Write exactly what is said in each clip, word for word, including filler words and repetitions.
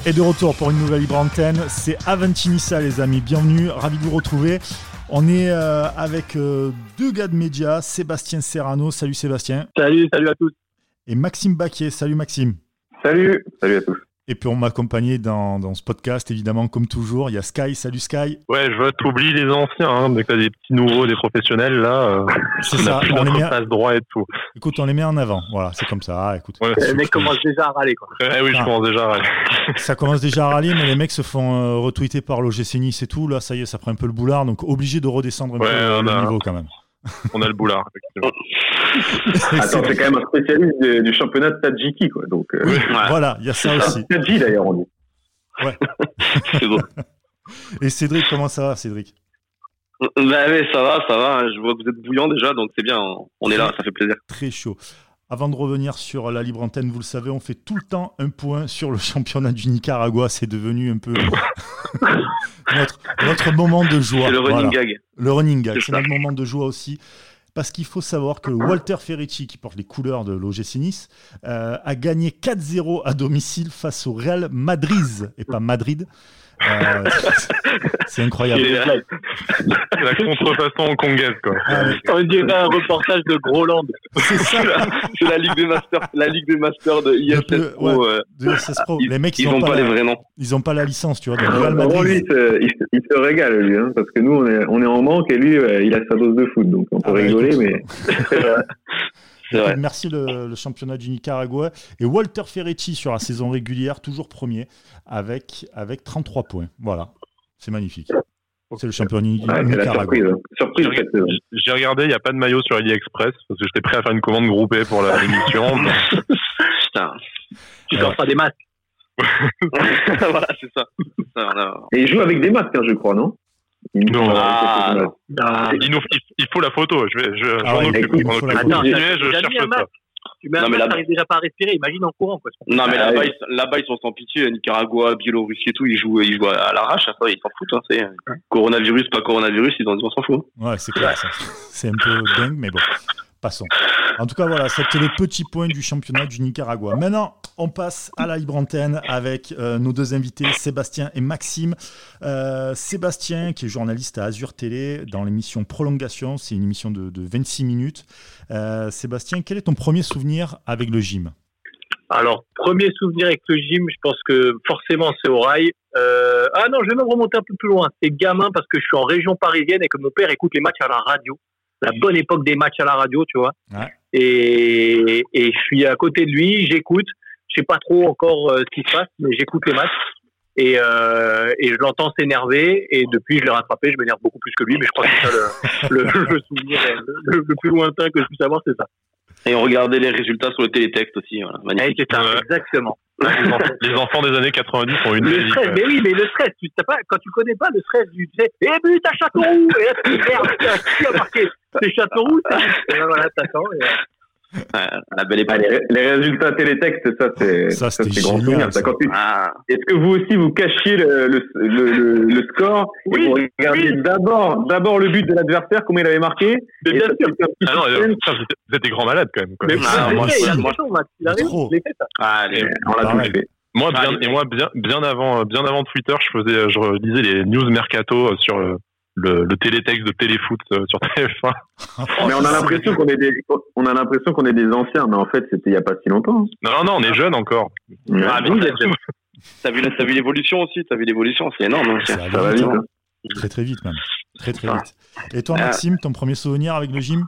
Et de retour pour une nouvelle Libre Antenne, c'est Avanti Nice les amis, bienvenue, ravi de vous retrouver. On est euh, avec euh, deux gars de médias, Sébastien Serrano, salut Sébastien. Salut, salut à tous. Et Maxime Baquier, salut Maxime. Salut, salut à tous. Et puis on m'a accompagné dans, dans ce podcast, évidemment, comme toujours, il y a Sky, salut Sky. Ouais, je vois, t'oublies les anciens, hein, dès que t'as des petits nouveaux, des professionnels, là, euh, c'est on ça, a plus on les notre met... place droit et tout. Écoute, on les met en avant, voilà, c'est comme ça, ah, écoute. Ouais. Le mec commence déjà à râler, quoi. Ouais, oui, je Ah. commence déjà à râler. Ça commence déjà à râler, mais les mecs se font euh, retweeter par l'O G C Nice et tout, là, ça y est, ça prend un peu le boulard, donc obligé de redescendre un Ouais, peu euh, on le a- niveau quand même. On a le boulard, effectivement. Attends, c'est quand même un spécialiste de- du championnat de Tadjiki, quoi. Donc, euh... Oui. Voilà, il y a ça aussi. Tadji d'ailleurs, on dit. C'est bon. Et Cédric, comment ça va Cédric? Bah ouais, ça va, ça va. Je vois que vous êtes bouillant déjà, donc c'est bien. On est là, ça fait plaisir. Très chaud. Avant de revenir sur la Libre Antenne, vous le savez, on fait tout le temps un point sur le championnat du Nicaragua. C'est devenu un peu notre, notre moment de joie. C'est le running Voilà. gag. Le running gag, C'est c'est ça. notre moment de joie aussi. Parce qu'il faut savoir que Walter Ferretti, qui porte les couleurs de l'O G C Nice, euh, a gagné quatre zéro à domicile face au Real Madrid, et pas Madrid. Euh, c'est incroyable. Et, euh, C'est la contrefaçon congaise, quoi. Ah, mais On dirait un reportage de Groland. c'est ça, c'est la, c'est la Ligue des Masters, la Ligue des Masters de I F S Le- Pro. ouais. euh, de S S Pro. ils, Les mecs, ils ils ont n'ont pas, pas, les la- vrais noms. ils ont pas la licence, tu vois. Donc, Real Vraiment, Madrid, lui, il se, il, se- il se régale, lui, hein, parce que nous, on est, on est en manque et lui, euh, il a sa dose de foot. Donc, on peut Ah bah, rigoler, écoute. mais. C'est vrai. Merci le, le championnat du Nicaragua. Et Walter Ferretti sur la saison régulière, toujours premier, avec, avec trente-trois points. Voilà, c'est magnifique. C'est le championnat du Ouais, c'est la Nicaragua. surprise. hein. Surprise cette saison. J'ai regardé, il n'y a pas de maillot sur AliExpress, parce que j'étais prêt à faire une commande groupée pour la- l'émission. Putain. Tu t'en feras des masques. Voilà, c'est ça. Ça, on a- Et il joue avec des masques, hein, je crois, non Il me Non. semble, Ah, avec quelques masques. Ah, Il, nous, il, il faut la photo, je vais, je, Ah j'en ouais, occupe, écoute, je m'en il faut la occupe. photo. Continuez, Attends, je t'as cherche mis un ça. masque. Tu mets un Non, mais masque, là- t'arrives déjà pas à respirer. Imagine en courant, quoi. Non, mais Ah, là-bas, ouais. ils, là-bas, ils sont sans pitié. Nicaragua, Biélorussie et tout, ils jouent, ils jouent à l'arrache. Ça, ils s'en foutent. Hein, c'est coronavirus, pas coronavirus, ils, en- ils s'en foutent. Ouais, c'est clair, ça. C'est un peu dingue, mais bon, passons. En tout cas, voilà, c'était le petit point du championnat du Nicaragua. Maintenant, on passe à la Libre Antenne avec euh, nos deux invités, Sébastien et Maxime. Euh, Sébastien, qui est journaliste à Azur Télé, dans l'émission Prolongation, c'est une émission de, de vingt-six minutes. Euh, Sébastien, quel est ton premier souvenir avec le gym? Alors, premier souvenir avec le gym, je pense que forcément c'est au rail. Euh, ah non, je vais même remonter un peu plus loin. C'est gamin parce que je suis en région parisienne et que mon père écoute les matchs à la radio. La bonne époque des matchs à la radio, tu vois. Ouais. Et, et je suis à côté de lui, j'écoute. Je sais pas trop encore euh, ce qui se passe, mais j'écoute les matchs. Et, euh, et je l'entends s'énerver. Et depuis, je l'ai rattrapé. Je m'énerve beaucoup plus que lui, mais je crois que c'est ça le, le, le souvenir le, le plus lointain que je puisse avoir, c'est ça. Et on regardait les résultats sur le télétexte aussi. Voilà. Et Magnifique. c'est ça, Ouais. exactement. Les enfants, les enfants des années quatre-vingt-dix ont une Le belle vie, stress, quoi. mais oui, mais le stress, tu sais pas, quand tu connais pas le stress du, tu sais, eh, but à Châteauroux, et là, tu te dis, merde, qui a marqué? C'est Châteauroux, c'est, et là, voilà, t'attends, et, Ouais, la belle Ah, époque. les, ré- les résultats télétexte, ça, c'est, Ça, ça, c'était c'est grand génial, souvenir. ça. Ça, quand tu- Ah, Est-ce que vous aussi, vous cachiez le, le, le, le, le score Oui, et vous regardiez oui. d'abord, d'abord le but de l'adversaire, comment il avait marqué mais et bien ça, sûr. c'était un petit Ah non, système. euh, putain, vous êtes- vous êtes des grands malades, quand même. quoi. Mais Ah, c'est moi vrai, il a aussi. raison, Max, il a raison, Trop. je l'ai fait, ça. ah, les- On l'a Pareil. tous fait. Moi, Ah, bien, les- et moi, bien, bien avant, euh, bien avant Twitter, je faisais, je lisais les news mercato euh, sur le, le, le télétexte de Téléfoot euh, sur T F un. Mais on a l'impression qu'on est des, on a l'impression qu'on est des anciens, mais en fait, c'était il y a pas si longtemps. Non, non, non, on est jeunes encore. Ouais. Ah, mais Oui, t'as- bien sûr. t'as vu, t'as vu l'évolution aussi, t'as vu l'évolution, c'est énorme. hein. Ça Ça va va vite, vite. hein. hein. Très très vite même. Très très Ah. vite. Et toi Ah. Maxime, ton premier souvenir avec le gym?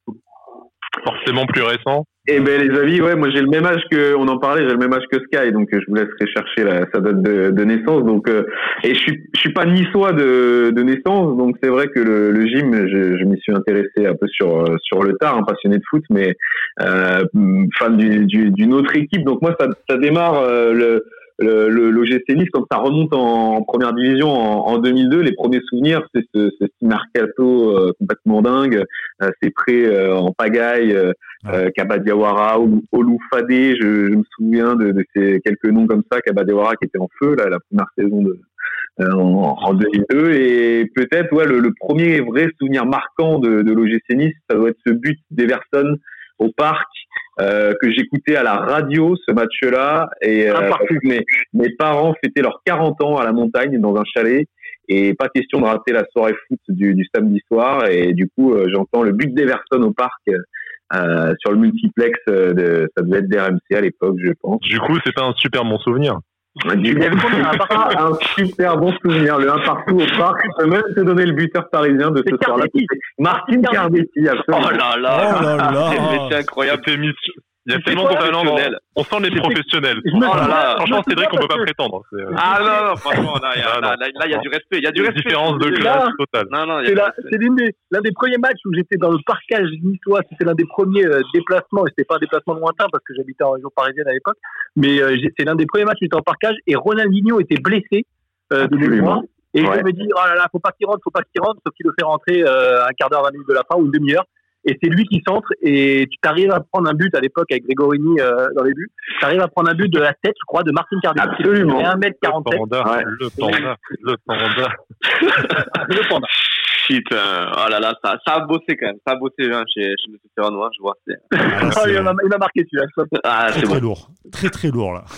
Forcément plus récent. Eh ben les amis, ouais, moi j'ai le même âge que, on en parlait, j'ai le même âge que Sky, donc euh, je vous laisserai chercher la, sa date de, de naissance. Donc euh, et je suis, je suis pas niçois de, de naissance, donc c'est vrai que le, le gym, je, je m'y suis intéressé un peu sur sur le tard, hein, passionné de foot, mais euh, fan du, du, d'une autre équipe. Donc moi ça, ça démarre euh, le le, le l'O G C Nice quand ça remonte en, en première division en, en deux mille deux. Les premiers souvenirs, c'est ce, ce petit mercato euh, complètement dingue, euh, ces prêts euh, en pagaille. Euh, Euh, Kaba Diawara, Olu Fadé, je, je me souviens de, de ces quelques noms comme ça, Kaba Diawara qui était en feu là, la première saison de, euh, en, en deux mille deux, et peut-être ouais, le, le premier vrai souvenir marquant de, de l'O G C Nice, ça doit être ce but d'Everson au parc, euh, que j'écoutais à la radio ce match-là. Et euh, parce que mes, mes parents fêtaient leurs quarante ans à la montagne dans un chalet. Et pas question de rater la soirée foot du, du samedi soir. Et du coup, euh, j'entends le but d'Everson au parc euh, sur le multiplex. De, ça devait être d'R M C à l'époque, je pense. Du coup, c'était un super bon souvenir. Du coup, un, un super bon souvenir. Le un partout au parc. Je peux même te donner le buteur parisien de ce soir-là. Martin Cardetti, absolument. Oh là là, oh là, là. C'est incroyable. Il y a tellement de talent. On sent les professionnels. Oh là là. Franchement, Cédric, on peut pas prétendre. C'est... Ah non, non, franchement, là, il y a, là, là, là, il y a du respect. Il y a du respect. Différence de classe totale. Non, non, c'est, la, c'est l'un, des, l'un des premiers matchs où j'étais dans le parcage niçois. C'était l'un des premiers euh, déplacements. Et c'était pas un déplacement lointain parce que j'habitais en région parisienne à l'époque. Mais euh, c'est l'un des premiers matchs où j'étais en parcage. Et Ronaldinho était blessé euh, de mémoire. Et ouais. Je me dis, oh là là, faut pas qu'il rentre, faut pas qu'il rentre. Sauf qu'il le fait rentrer euh, un quart d'heure, vingt minutes de la fin ou une demi-heure. Et c'est lui qui centre, et tu t'arrives à prendre un but à l'époque avec Grégorini euh, dans les buts. Tu arrives à prendre un but de la tête, je crois, de Martin Cardetti. Absolument. Il fait un mètre quarante-sept. Le panda, ouais. le panda, le panda. le panda. Shit, euh, oh là là, ça, ça a bossé quand même. Ça a bossé hein, chez, chez M. Serrano, je vois. C'est... Ah, c'est... il, m'a, il m'a marqué celui-là. Ah, très, c'est très bon. lourd. Très très lourd là.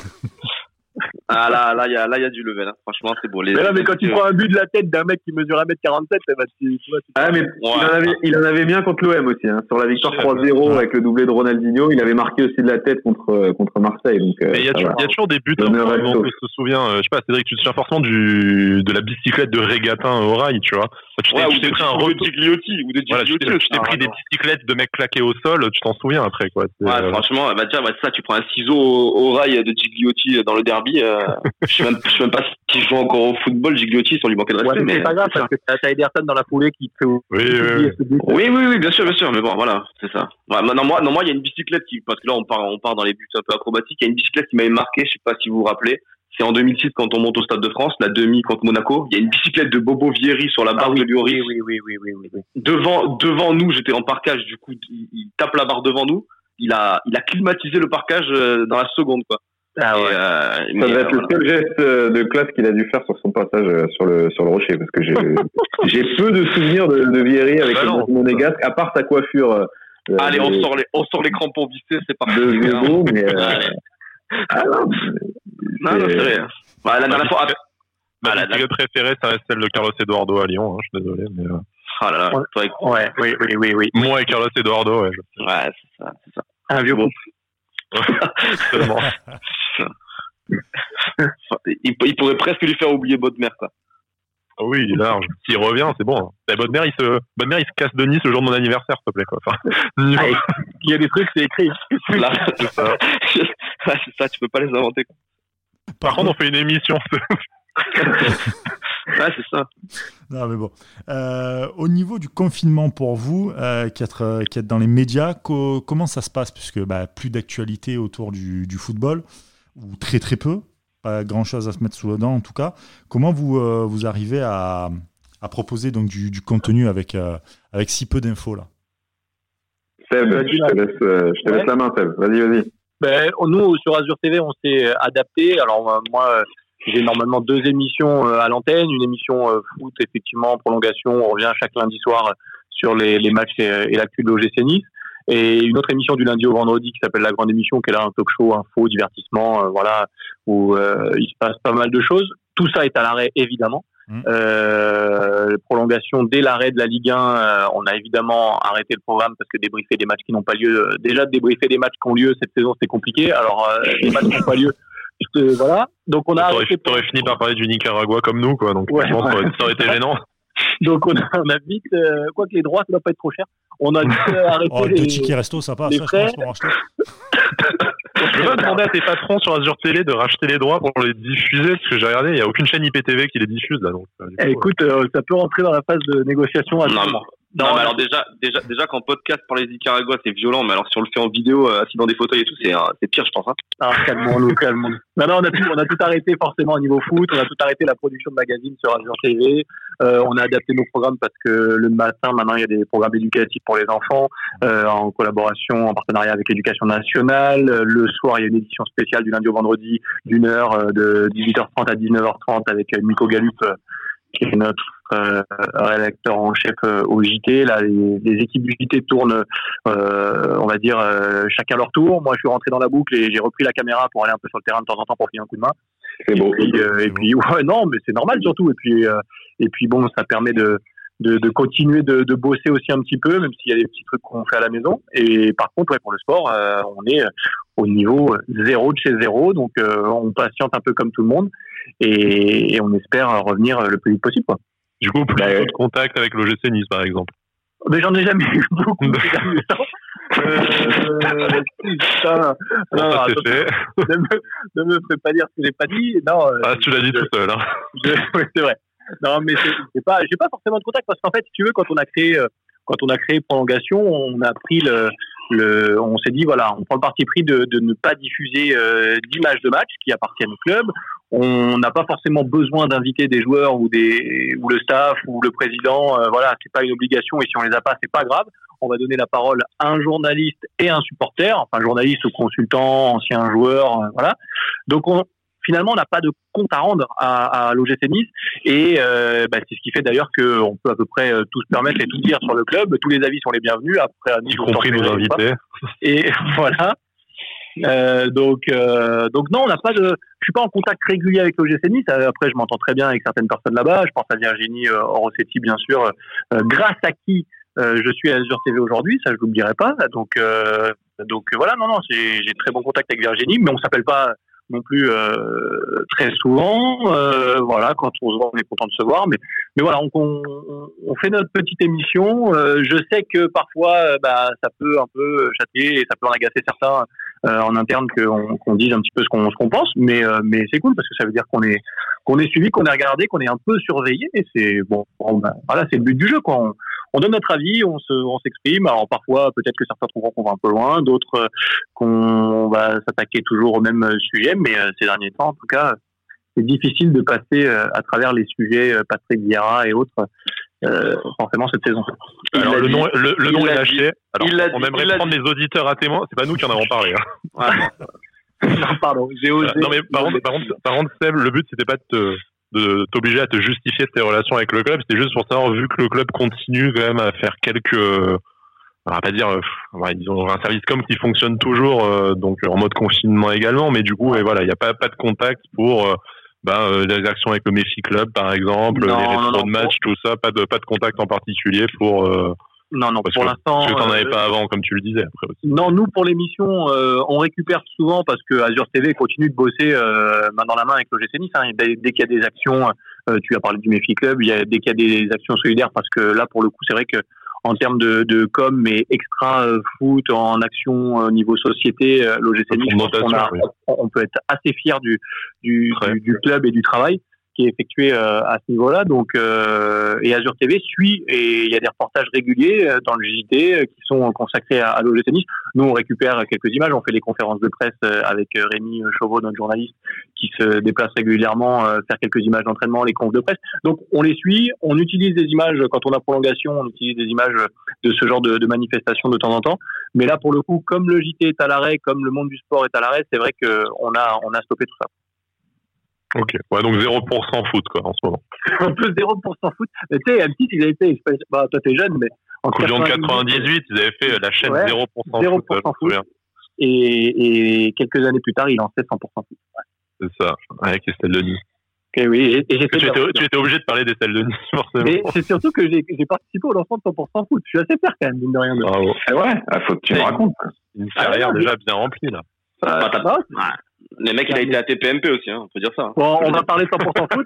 Ah là, là, il y a, là, il y a du level. Hein. Franchement, c'est beau. Les, mais là, mais quand tu prends un but de la tête d'un mec qui mesure un mètre quarante-sept, bah, tu, tu vois. Tu ah, mais ouais. il, en avait, il en avait bien contre l'O M aussi. Hein. Sur la victoire trois zéro ouais. avec le doublé de Ronaldinho, il avait marqué aussi de la tête contre contre Marseille. Donc, mais il y, y a toujours des buts. Hein, on se souvient. Euh, je sais pas, Cédric, tu te souviens forcément du de la bicyclette de Régatin au rail, tu vois. Tu t'es, ouais, tu t'es pris un retour de Gigliotti ou de voilà, tu t'es, tu t'es pris ah, des non. bicyclettes de mecs claqués au sol. Tu t'en souviens après quoi. C'est, ouais, euh... franchement, bah tiens, bah ça, tu prends un ciseau au, au rail de Gigliotti dans le derby. Euh, je sais même Je sais même pas si je joue encore au football, Gigliotti, sans lui manquer de respect. Ouais, mais c'est pas grave, parce que t'as Ederson dans la foulée qui te fait. Oui, oui, oui. oui, oui, oui, bien sûr, bien sûr, mais bon, voilà, c'est ça. Ouais, non, moi, non, moi, il y a une bicyclette qui, parce que là, on part, on part dans les buts un peu acrobatiques. Il y a une bicyclette qui m'avait marqué, je sais pas si vous vous rappelez. C'est en deux mille six quand on monte au Stade de France, la demi contre Monaco. Il y a une bicyclette de Bobo Vieri sur la barre ah, oui, de Lloris. Oui, oui, oui, oui, oui, oui. Devant, devant nous, j'étais en parkage, du coup, il, il tape la barre devant nous. Il a, il a climatisé le parkage dans la seconde, quoi. Ah ouais. Et euh, ça doit être euh, le seul geste de classe qu'il a dû faire sur son passage sur le sur le rocher parce que j'ai j'ai peu de souvenirs de, de Vieri avec bah le monégasque à part sa coiffure. Euh, Allez, de, on sort les on sort les crampons vissés, c'est parti. De vélo, mais euh, ah non, non, non, c'est vrai. Bah, la dernière fois, ma ah, bicyclette préférée, ça reste celle de Carlos Eduardo à Lyon. Hein, je suis désolé, mais. Euh... Ah là là. Ouais, ouais, oui, oui, oui, oui. Moi et Carlos Eduardo, ouais. Je... Ouais, c'est ça, c'est ça. Un vieux groupe. il, il pourrait presque lui faire oublier Bodmer, quoi. Oui, il est large. S'il revient, c'est bon. Hein. Bodmer, il se, Bodmer, il se casse de Nice le jour de mon anniversaire, s'il te plaît, quoi. Enfin, ah, il y a des trucs, c'est écrit. Là, c'est ça. Ouais, c'est ça, tu peux pas les inventer, quoi. Par, Par contre, on fait une émission. Ouais, c'est ça. Non, mais bon. Euh, au niveau du confinement pour vous, euh, qui, êtes, euh, qui êtes dans les médias, co- comment ça se passe ? Puisque bah, plus d'actualité autour du, du football, ou très très peu, pas grand-chose à se mettre sous le dent en tout cas. Comment vous, euh, vous arrivez à, à proposer donc, du, du contenu avec, euh, avec si peu d'infos là ? Seb, je te laisse, euh, je te ouais. laisse la main, Seb. Vas-y, vas-y. Ben, nous, sur Azure T V, on s'est adapté. Alors, moi... J'ai normalement deux émissions à l'antenne, une émission foot, effectivement, en prolongation. On revient chaque lundi soir sur les, les matchs et, et l'actu de l'O G C Nice. Et une autre émission du lundi au vendredi qui s'appelle La Grande Émission, qui est là un talk show, info, divertissement, euh, voilà, où euh, il se passe pas mal de choses. Tout ça est à l'arrêt, évidemment. Mmh. Euh, prolongation dès l'arrêt de la Ligue un, euh, on a évidemment arrêté le programme parce que débriefer des matchs qui n'ont pas lieu, euh, déjà débriefer des matchs qui ont lieu cette saison, c'était compliqué. Alors, euh, les matchs qui n'ont pas lieu, Euh, voilà. Donc on a. T'aurais, t'aurais fini par parler du Nicaragua comme nous, quoi. Donc ouais, je pense ouais. que ça aurait été gênant. Donc on a, on a vite, euh, quoi que les droits, ça doit pas être trop cher. On a vite euh, arrêté oh, les. Le ticket resto, ça passe. Ça, je pense pour acheter. Je vais demander à tes patrons sur Azure Télé de racheter les droits pour les diffuser, parce que j'ai regardé, il n'y a aucune chaîne I P T V qui les diffuse là. Donc, euh, eh, écoute, euh, ça peut rentrer dans la phase de négociation. À non, non, non, mais alors déjà, déjà, déjà qu'en podcast par les Nicaragua, c'est violent, mais alors si on le fait en vidéo, euh, assis dans des fauteuils et tout, c'est, euh, c'est pire, je pense. Hein. Ah, calmons-nous, calmons-nous. Non, non, on a tout, on a tout arrêté forcément au niveau foot, on a tout arrêté la production de magazines sur Azure T V. Euh, on a adapté nos programmes parce que le matin, maintenant, il y a des programmes éducatifs pour les enfants, euh, en collaboration, en partenariat avec l'Éducation nationale. Le soir, il y a une édition spéciale du lundi au vendredi d'une heure, euh, de dix-huit heures trente à dix-neuf heures trente avec Nico Galup, euh, qui est notre euh, rédacteur en chef euh, au J T. Là, les, les équipes du J T tournent, euh, on va dire, euh, chacun leur tour. Moi, je suis rentré dans la boucle et j'ai repris la caméra pour aller un peu sur le terrain de temps en temps pour filer un coup de main. C'est et beau. Puis, euh, et puis, ouais, non, mais c'est normal surtout. Et puis, euh, et puis bon, ça permet de De, de continuer de, de bosser aussi un petit peu, même s'il y a des petits trucs qu'on fait à la maison. Et par contre, ouais, pour le sport, euh, on est au niveau zéro de chez zéro, donc euh, on patiente un peu comme tout le monde et, et on espère revenir le plus vite possible, quoi. Du coup, plus Bah, de contact avec l'O G C Nice, par exemple. Mais j'en ai jamais eu beaucoup ces derniers temps. Euh, putain. Bon, Non, ça, non, c'est fait. ne me, ne me fais pas dire ce que j'ai pas dit. Non, euh, Ah, tu l'as dit je, tout seul. Hein. je, oui, c'est vrai. Non, mais c'est, c'est pas, j'ai pas forcément de contact parce qu'en fait, si tu veux, quand on a créé, euh, quand on a créé Prolongation, on a pris le, le, on s'est dit voilà, on prend le parti pris de, de ne pas diffuser euh, d'images de match qui appartiennent au club. On n'a pas forcément besoin d'inviter des joueurs ou des, ou le staff ou le président. Euh, voilà, c'est pas une obligation et si on les a pas, c'est pas grave. On va donner la parole à un journaliste et un supporter, enfin journaliste ou consultant, ancien joueur, euh, voilà. Donc on Finalement, on n'a pas de compte à rendre à, à l'O G C Nice et euh, bah, c'est ce qui fait d'ailleurs qu'on peut à peu près tout se permettre et tout dire sur le club. Tous les avis sont les bienvenus. Après, à Nice, Y compris nos invités. Et voilà. Euh, donc, euh, donc non, on n'a pas de. Je suis pas en contact régulier avec l'O G C Nice. Après, je m'entends très bien avec certaines personnes là-bas. Je pense à Virginie euh, Rossetti, bien sûr, euh, grâce à qui euh, je suis à Azure T V aujourd'hui. Ça, je vous le dirai pas. Donc, euh, donc voilà, non, non, j'ai, j'ai très bon contact avec Virginie, mais on s'appelle pas non plus euh, très souvent. Euh, voilà, quand on se voit, on est content de se voir. Mais, mais voilà, on, on, on fait notre petite émission. Euh, je sais que parfois, euh, bah, ça peut un peu châtier et ça peut en agacer certains euh, en interne qu'on, qu'on dise un petit peu ce qu'on, ce qu'on pense. Mais, euh, mais c'est cool parce que ça veut dire qu'on est, qu'on est suivi, qu'on est regardé, qu'on est un peu surveillé. Et c'est bon. bon bah, voilà, c'est le but du jeu, quoi. On, on donne notre avis, on se, on s'exprime. Alors parfois, peut-être que certains trouveront qu'on va un peu loin, d'autres euh, qu'on va s'attaquer toujours au même sujet. Mais euh, ces derniers temps, en tout cas, c'est difficile de passer euh, à travers les sujets euh, Patrick Vieira et autres. Euh, forcément cette saison. Alors, le nom, le, le nom est lâché. Alors, il on dit, aimerait prendre dit. les auditeurs à témoin. C'est pas nous qui en avons parlé. Hein. Non, pardon, j'ai osé. Non mais par contre, par contre, par contre, Seb, le but c'était pas de te de t'obliger à te justifier de tes relations avec le club, c'était juste pour savoir, vu que le club continue quand même à faire quelques, euh, on va pas dire, euh, ouais, ils ont un service com qui fonctionne toujours, euh, donc en mode confinement également, mais du coup, et voilà, il y a pas pas de contact pour euh, ben, euh, les actions avec le Méfi Club par exemple, non, les rétros de match, tout ça, pas de pas de contact en particulier pour. Euh, Non, non, parce pour que, l'instant. Parce que t'en avais euh, pas avant, comme tu le disais, après aussi. Non, nous, pour l'émission, euh, on récupère souvent parce que Azure T V continue de bosser euh, main dans la main avec l'O G C Nice. Hein. Dès, dès qu'il y a des actions, euh, tu as parlé du Méfi Club, il y a, dès qu'il y a des actions solidaires, parce que là, pour le coup, c'est vrai que en termes de, de com, mais extra euh, foot, en action au euh, niveau société, euh, l'O G C Nice, je pense qu'on a, oui. on, on peut être assez fier du, du, du, du club et du travail qui est effectué euh, à ce niveau-là. Donc, euh, et Azure T V suit, et il y a des reportages réguliers euh, dans le J T euh, qui sont consacrés à, à l'O G C Nice. Nous, on récupère quelques images, on fait des conférences de presse euh, avec euh, Rémi Chauveau, notre journaliste, qui se déplace régulièrement, euh, faire quelques images d'entraînement, les confs de presse. Donc, on les suit, on utilise des images, quand on a prolongation, on utilise des images de ce genre de, de manifestations de temps en temps. Mais là, pour le coup, comme le J T est à l'arrêt, comme le monde du sport est à l'arrêt, c'est vrai qu'on a, on a stoppé tout ça. Ok, ouais, donc zéro pour cent foot, quoi, en ce moment. Un peu zéro pour cent foot. Mais tu sais, M six, ils avaient fait, bah, toi t'es jeune, mais en Coupe du Monde quatre-vingt-dix-huit, ils avaient fait la chaîne ouais, zéro pour cent zéro pour cent foot. foot. Et, et quelques années plus tard, ils lançaient cent pour cent foot. Ouais. C'est ça, avec les Stèles de Nice. Et oui, et, et j'ai fait tu, étais, tu étais obligé de parler des Stèles de Nice, forcément. Et c'est surtout que j'ai, j'ai participé au lancement de cent pour cent foot. Je suis assez fier quand même, mine de rien. Bravo. Ah ouais, il faut que tu me racontes. Une carrière ah, déjà bien remplie, là. Ah, t'as pas Les mecs, il a été à T P M P aussi, hein, on peut dire ça. Bon, on va parler de cent pour cent foot.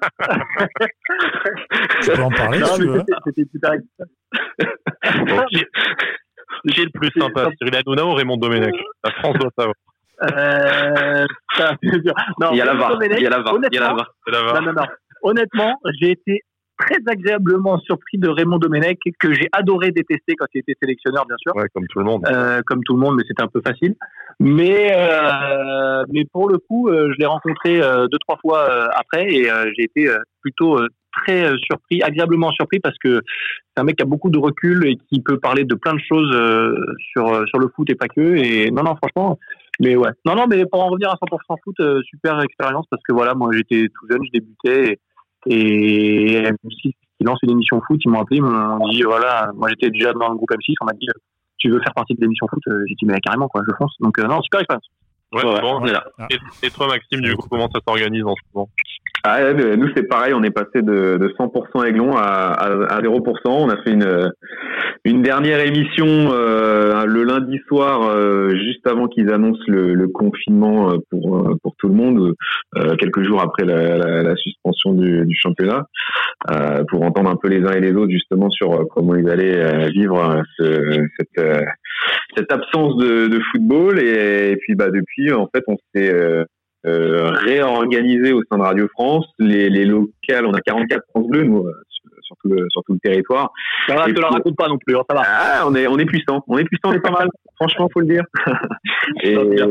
Tu peux en parler, non, si tu veux. C'était, c'était super excitant. Bon, qui, qui est le plus sympa, Cyril Hanouna ou Raymond Domenech? La France doit savoir. Euh, ça, c'est sûr. Non, il y a la V A R. Il y a la V A R. Il y a la V A R. Non, non, non. Honnêtement, j'ai été très agréablement surpris de Raymond Domenech, que j'ai adoré détester quand il était sélectionneur, bien sûr. Ouais, comme tout le monde. Euh, comme tout le monde, mais c'était un peu facile. Mais, euh, mais pour le coup, euh, je l'ai rencontré euh, deux, trois fois euh, après, et euh, j'ai été euh, plutôt euh, très euh, surpris, agréablement surpris, parce que c'est un mec qui a beaucoup de recul et qui peut parler de plein de choses euh, sur, sur le foot et pas que. Et non, non, franchement, mais ouais. Non, non, mais pour en revenir à cent pour cent foot, euh, super expérience, parce que voilà, moi j'étais tout jeune, je débutais, et, et M six qui lancent une émission foot. Ils m'ont appelé, ils m'ont dit voilà, moi j'étais déjà dans le groupe M six, on m'a dit tu veux faire partie de l'émission foot, j'ai dit mais carrément quoi, je fonce. Donc euh, non, super expérience. Ouais, Ouais, bon, on est là. et, et toi Maxime, du coup, comment ça s'organise en ce moment? Ah, ouais, nous c'est pareil, on est passé de, de cent pour cent Aiglon à, à, à zéro pour cent. On a fait une, une dernière émission euh, le lundi soir, euh, juste avant qu'ils annoncent le, le confinement pour, pour tout le monde, euh, quelques jours après la, la, la suspension du, du championnat, euh, pour entendre un peu les uns et les autres justement sur comment ils allaient euh, vivre ce, cette, euh, cette absence de, de football. Et, et puis bah depuis, en fait, on s'est euh, Euh, réorganisé au sein de Radio France. Les, les locales, on a quarante-quatre France Bleu, nous, sur, sur, tout le, sur tout le territoire. Ça va, je te la raconte pas non plus, hein, ça va. Ah, on est, on est puissant. On est puissant, on est pas mal. Franchement, faut le dire. et,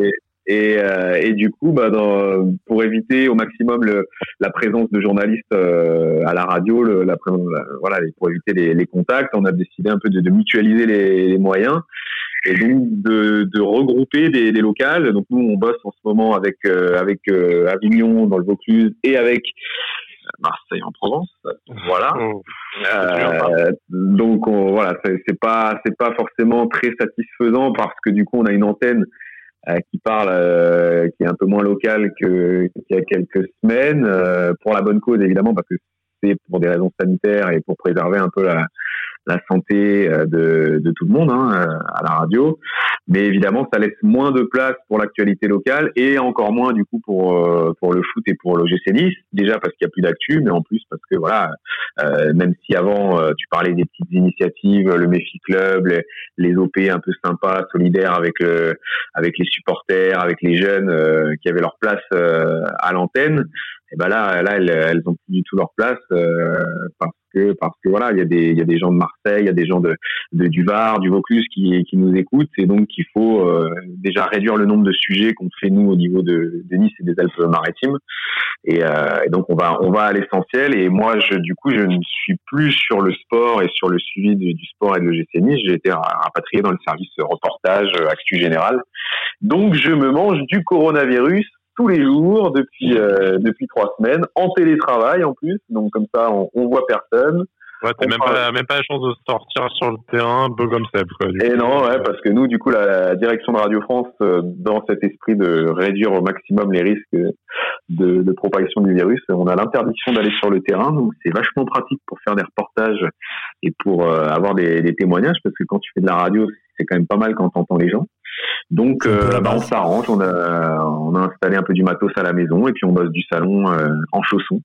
et, euh, et du coup, bah, dans, pour éviter au maximum le, la présence de journalistes euh, à la radio, le, la, la, voilà, pour éviter les, les contacts, on a décidé un peu de, de mutualiser les, les moyens. Et donc de, de regrouper des, des locales. Donc nous, on bosse en ce moment avec euh, avec euh, Avignon dans le Vaucluse et avec Marseille en Provence. Voilà. Oh, euh, donc on, voilà, c'est, c'est pas c'est pas forcément très satisfaisant parce que du coup, on a une antenne euh, qui parle, euh, qui est un peu moins locale que qu'il y a quelques semaines, euh, pour la bonne cause évidemment, parce que c'est pour des raisons sanitaires et pour préserver un peu la la santé de, de tout le monde hein, à la radio, mais évidemment ça laisse moins de place pour l'actualité locale et encore moins du coup pour pour le foot et pour l'O G C Nice, déjà parce qu'il y a plus d'actu, mais en plus parce que voilà, euh, même si avant euh, tu parlais des petites initiatives, le Méfi Club, les, les O P un peu sympas, solidaires avec le, avec les supporters, avec les jeunes euh, qui avaient leur place euh, à l'antenne, et ben là là elles, elles ont plus du tout leur place euh, parce que parce que voilà, il y a des il y a des gens de Marseille, il y a des gens de, de du Var, du Vaucluse qui qui nous écoutent, et donc il faut euh, déjà réduire le nombre de sujets qu'on fait nous au niveau de, de Nice et des Alpes-Maritimes, et, euh, et donc on va on va à l'essentiel. Et moi je du coup je ne suis plus sur le sport et sur le suivi du, du sport et de l'O G C Nice, j'ai été rapatrié dans le service reportage actu général, donc je me mange du coronavirus tous les jours depuis euh, depuis trois semaines en télétravail en plus, donc comme ça on, on voit personne. Ouais, t'as même pas, même pas la chance de sortir sur le terrain, beau comme Seb, quoi. Et coup. Non, ouais, parce que nous, du coup, la direction de Radio France, euh, dans cet esprit de réduire au maximum les risques de, de propagation du virus, on a l'interdiction d'aller sur le terrain, donc c'est vachement pratique pour faire des reportages et pour euh, avoir des, des témoignages, parce que quand tu fais de la radio, c'est quand même pas mal quand t'entends les gens. Donc, euh, bah, on s'arrange, on a, on a installé un peu du matos à la maison et puis on bosse du salon euh, en chaussons.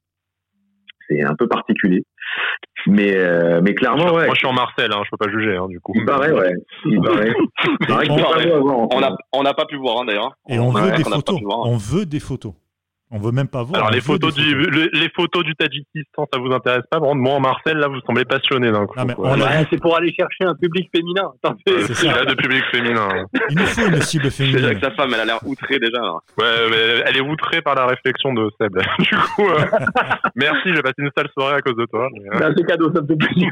C'est un peu particulier, mais euh, mais clairement, moi, ouais. Moi, je suis en Marseille, hein, je peux pas juger, hein, du coup. Il paraît, ouais. Il paraît. Il paraît qu'il on, paraît on, on a on n'a pas pu voir hein, d'ailleurs. Et on, on veut a, des on photos. On veut des photos. On veut même pas voir. Alors les photos, du, photos. Les, les photos du Tadjikistan, ça vous intéresse pas? Bon, moi en Marseille, là, vous semblez passionné d'un coup. Non, mais ouais, c'est pour aller chercher un public féminin. Attends, c'est c'est ça. Là, de public féminin. Il nous faut une cible féminine. C'est déjà que sa femme, elle a l'air outrée déjà. Là. Ouais, mais elle est outrée par la réflexion de Seb. Du coup, euh, merci, je vais passer une sale soirée à cause de toi. Mais, euh... ben, c'est cadeau, ça me fait plaisir.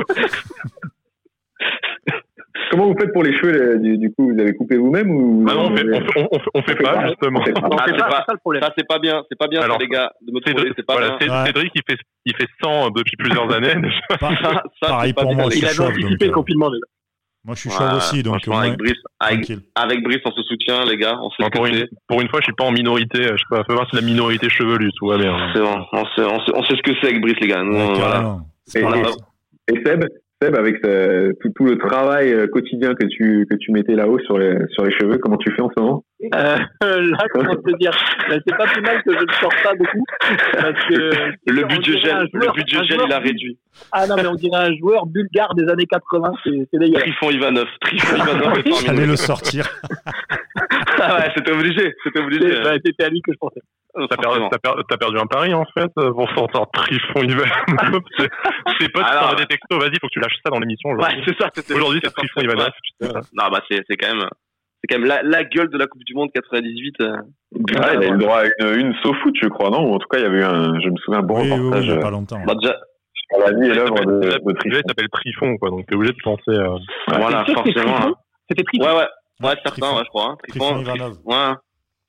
Comment vous faites pour les cheveux du, du coup, vous avez coupé vous-même ou ah non, on fait, on, fait, on, fait, on fait pas, justement. On fait pas. Ah, c'est pas, pas, ça, le problème. Ça c'est pas bien, c'est pas bien, alors, ça, les gars, de me Cédric, c'est pas voilà, bien. Cédric, il fait, il fait cent depuis plusieurs années. Pas, ça, ça, pareil pour moi, il a anticipé le confinement déjà. Moi, je suis chaud aussi, donc avec Brice, avec, avec Brice, on se soutient, les gars. On se pour, une, pour une fois, je suis pas en minorité. Je sais pas, faut voir si la minorité chevelue, tout va bien. C'est bon, on sait, on sait, on sait ce que c'est avec Brice, les gars. Nous, ouais, voilà. Et, et, et Seb, Seb, avec ce, tout, tout le travail quotidien que tu que tu mettais là-haut sur les sur les cheveux, comment tu fais en ce moment? euh, Là, comment te dire, c'est pas plus mal que je ne sorte pas beaucoup, parce que le budget gel, le budget gel, il a réduit. Ah non, mais on dirait un joueur bulgare des années quatre-vingts, c'est, c'est dégueulasse. Trifon Ivanov, Trifon Ivanov. J'allais le sortir. Ah ouais, c'était obligé, c'était obligé. C'est, ouais, c'était à lui que je pensais. T'as perdu, t'as, perdu, t'as perdu un pari en fait pour sortir Trifon Ivanov. C'est, c'est pas de faire des textos, vas-y, faut que tu lâches ça dans l'émission aujourd'hui. Ouais, c'est ça. C'était aujourd'hui, c'est Trifon Ivanov. Non, bah c'est c'est quand même. C'est quand même la, la gueule de la Coupe du Monde quatre-vingt-dix-huit. Euh, ah, il a eu le droit à une, une SoFoot, je crois, non? Ou en tout cas, il y avait eu un, je me souviens, un bon oui, reportage. Oui, il n'y a pas longtemps. Bah, déjà, sur la vie et l'œuvre de, de, de Trifon. Il s'appelle Trifon, quoi, donc t'es obligé de penser. Euh... Ouais, voilà, forcément. C'était Trifon. Ouais, ouais. Ouais, certain, ouais, je crois. Hein. Trifon Ivanov. Ouais.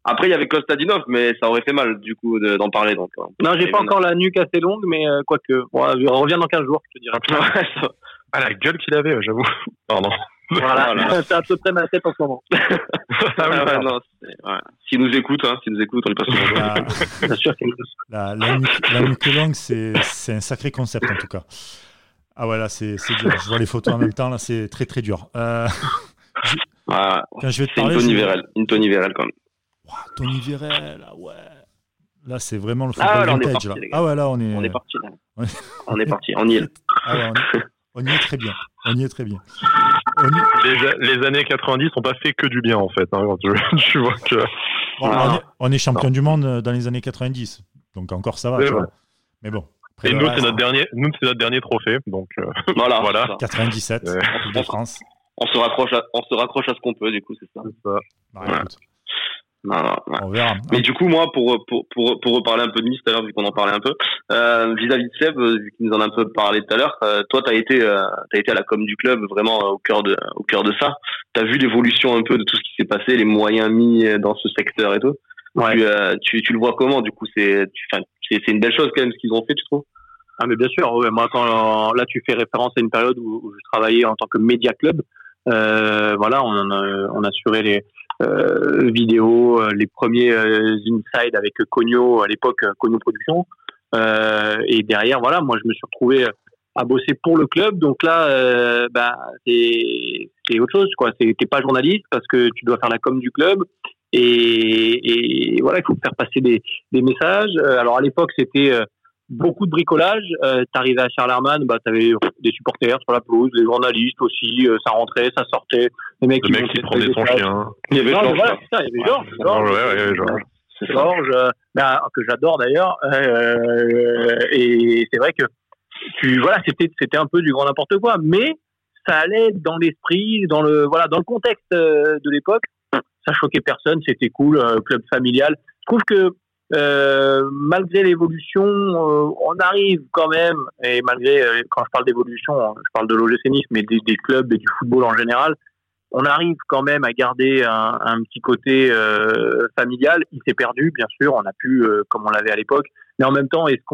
Après, il y avait Kostadinov, mais ça aurait fait mal, du coup, de, d'en parler. Donc, non, j'ai pas encore la nuque assez longue, mais euh, quoique. Bon, je reviens dans quinze jours, je te dirai. Ouais, ça... Ah, la gueule qu'il avait, j'avoue. Pardon. Voilà, voilà. C'est à peu près ma tête en ce moment. ah oui, ouais, non, ouais. S'ils nous écoutent, hein, s'ils nous écoutent, on est pas sûr. La, Bien sûr qu'il la, la, nuque, la nuque longue, c'est, c'est un sacré concept en tout cas. Ah ouais, là, c'est, c'est dur. Je vois les photos en même temps, là, c'est très très dur. Euh, je, ouais, quand je vais te c'est parler, une Tony je... Vérel, une Tony Vérel quand même. Wow, Tony Vérel, ah ouais. Là, c'est vraiment le football ah, là, vintage. parti, là. Ah ouais, là, on est. On est parti. Là. On est, on est parti. On y est. Ah ouais, on est... On y est très bien. On y est très bien. On y... les, les années quatre-vingt-dix n'ont pas fait que du bien, en fait. Hein. Tu, tu vois que... Bon, on, est, on est champion non. du monde dans les années quatre-vingt-dix. Donc encore, ça va. Mais, tu ouais. vois. Mais bon. Et nous, reste, c'est notre dernier, nous, c'est notre dernier trophée. Donc, euh, voilà. voilà. quatre-vingt-dix-sept, ouais. Coupe de France. On se, raccroche à, on se raccroche à ce qu'on peut, du coup, c'est ça. C'est ça. Bah, ouais. Non, non, ouais. On verra. Mais du coup, moi, pour, pour, pour, pour reparler un peu de Nice tout à l'heure, vu qu'on en parlait un peu, euh, vis-à-vis de Seb, vu qu'il nous en a un peu parlé tout à l'heure, euh, toi, t'as été, euh, t'as été à la com du club, vraiment euh, au cœur de, au cœur de ça. T'as vu l'évolution un peu de tout ce qui s'est passé, les moyens mis dans ce secteur et tout. Ouais. Tu, euh, tu, tu le vois comment, du coup, c'est, tu, c'est, c'est une belle chose quand même ce qu'ils ont fait, tu trouves? Ah, mais bien sûr, ouais. Moi, quand, là, tu fais référence à une période où, où je travaillais en tant que média club, euh, voilà, on, on assurait les, Euh, vidéo, euh, les premiers euh, inside avec Cogno à l'époque, Cogno Production, euh, et derrière voilà, moi je me suis retrouvé à bosser pour le club, donc là euh, bah c'est c'est autre chose quoi, c'est t'es pas journaliste parce que tu dois faire la com du club et, et voilà, il faut faire passer des des messages. Alors à l'époque c'était euh, beaucoup de bricolage. Euh, t'arrivais à Charlermann, bah t'avais des supporters sur la pelouse, des journalistes aussi. Euh, ça rentrait, ça sortait. Les mecs le qui mec qui prenait son chien. Il y avait Georges. Voilà, c'est ça, il y avait Georges. Georges, ouais, ouais, ouais, Georges. Georges, euh, bah, que j'adore d'ailleurs. Euh, et c'est vrai que tu, voilà, c'était, c'était un peu du grand n'importe quoi, mais ça allait dans l'esprit, dans le, voilà, dans le contexte de l'époque. Ça choquait personne, c'était cool, euh, club familial. Je trouve que Euh, malgré l'évolution, euh, on arrive quand même, et malgré, euh, quand je parle d'évolution, je parle de l'O G C Nice, mais des, des clubs et du football en général, on arrive quand même à garder un, un petit côté euh, familial. Il s'est perdu, bien sûr, on n'a plus euh, comme on l'avait à l'époque, mais en même temps, est-ce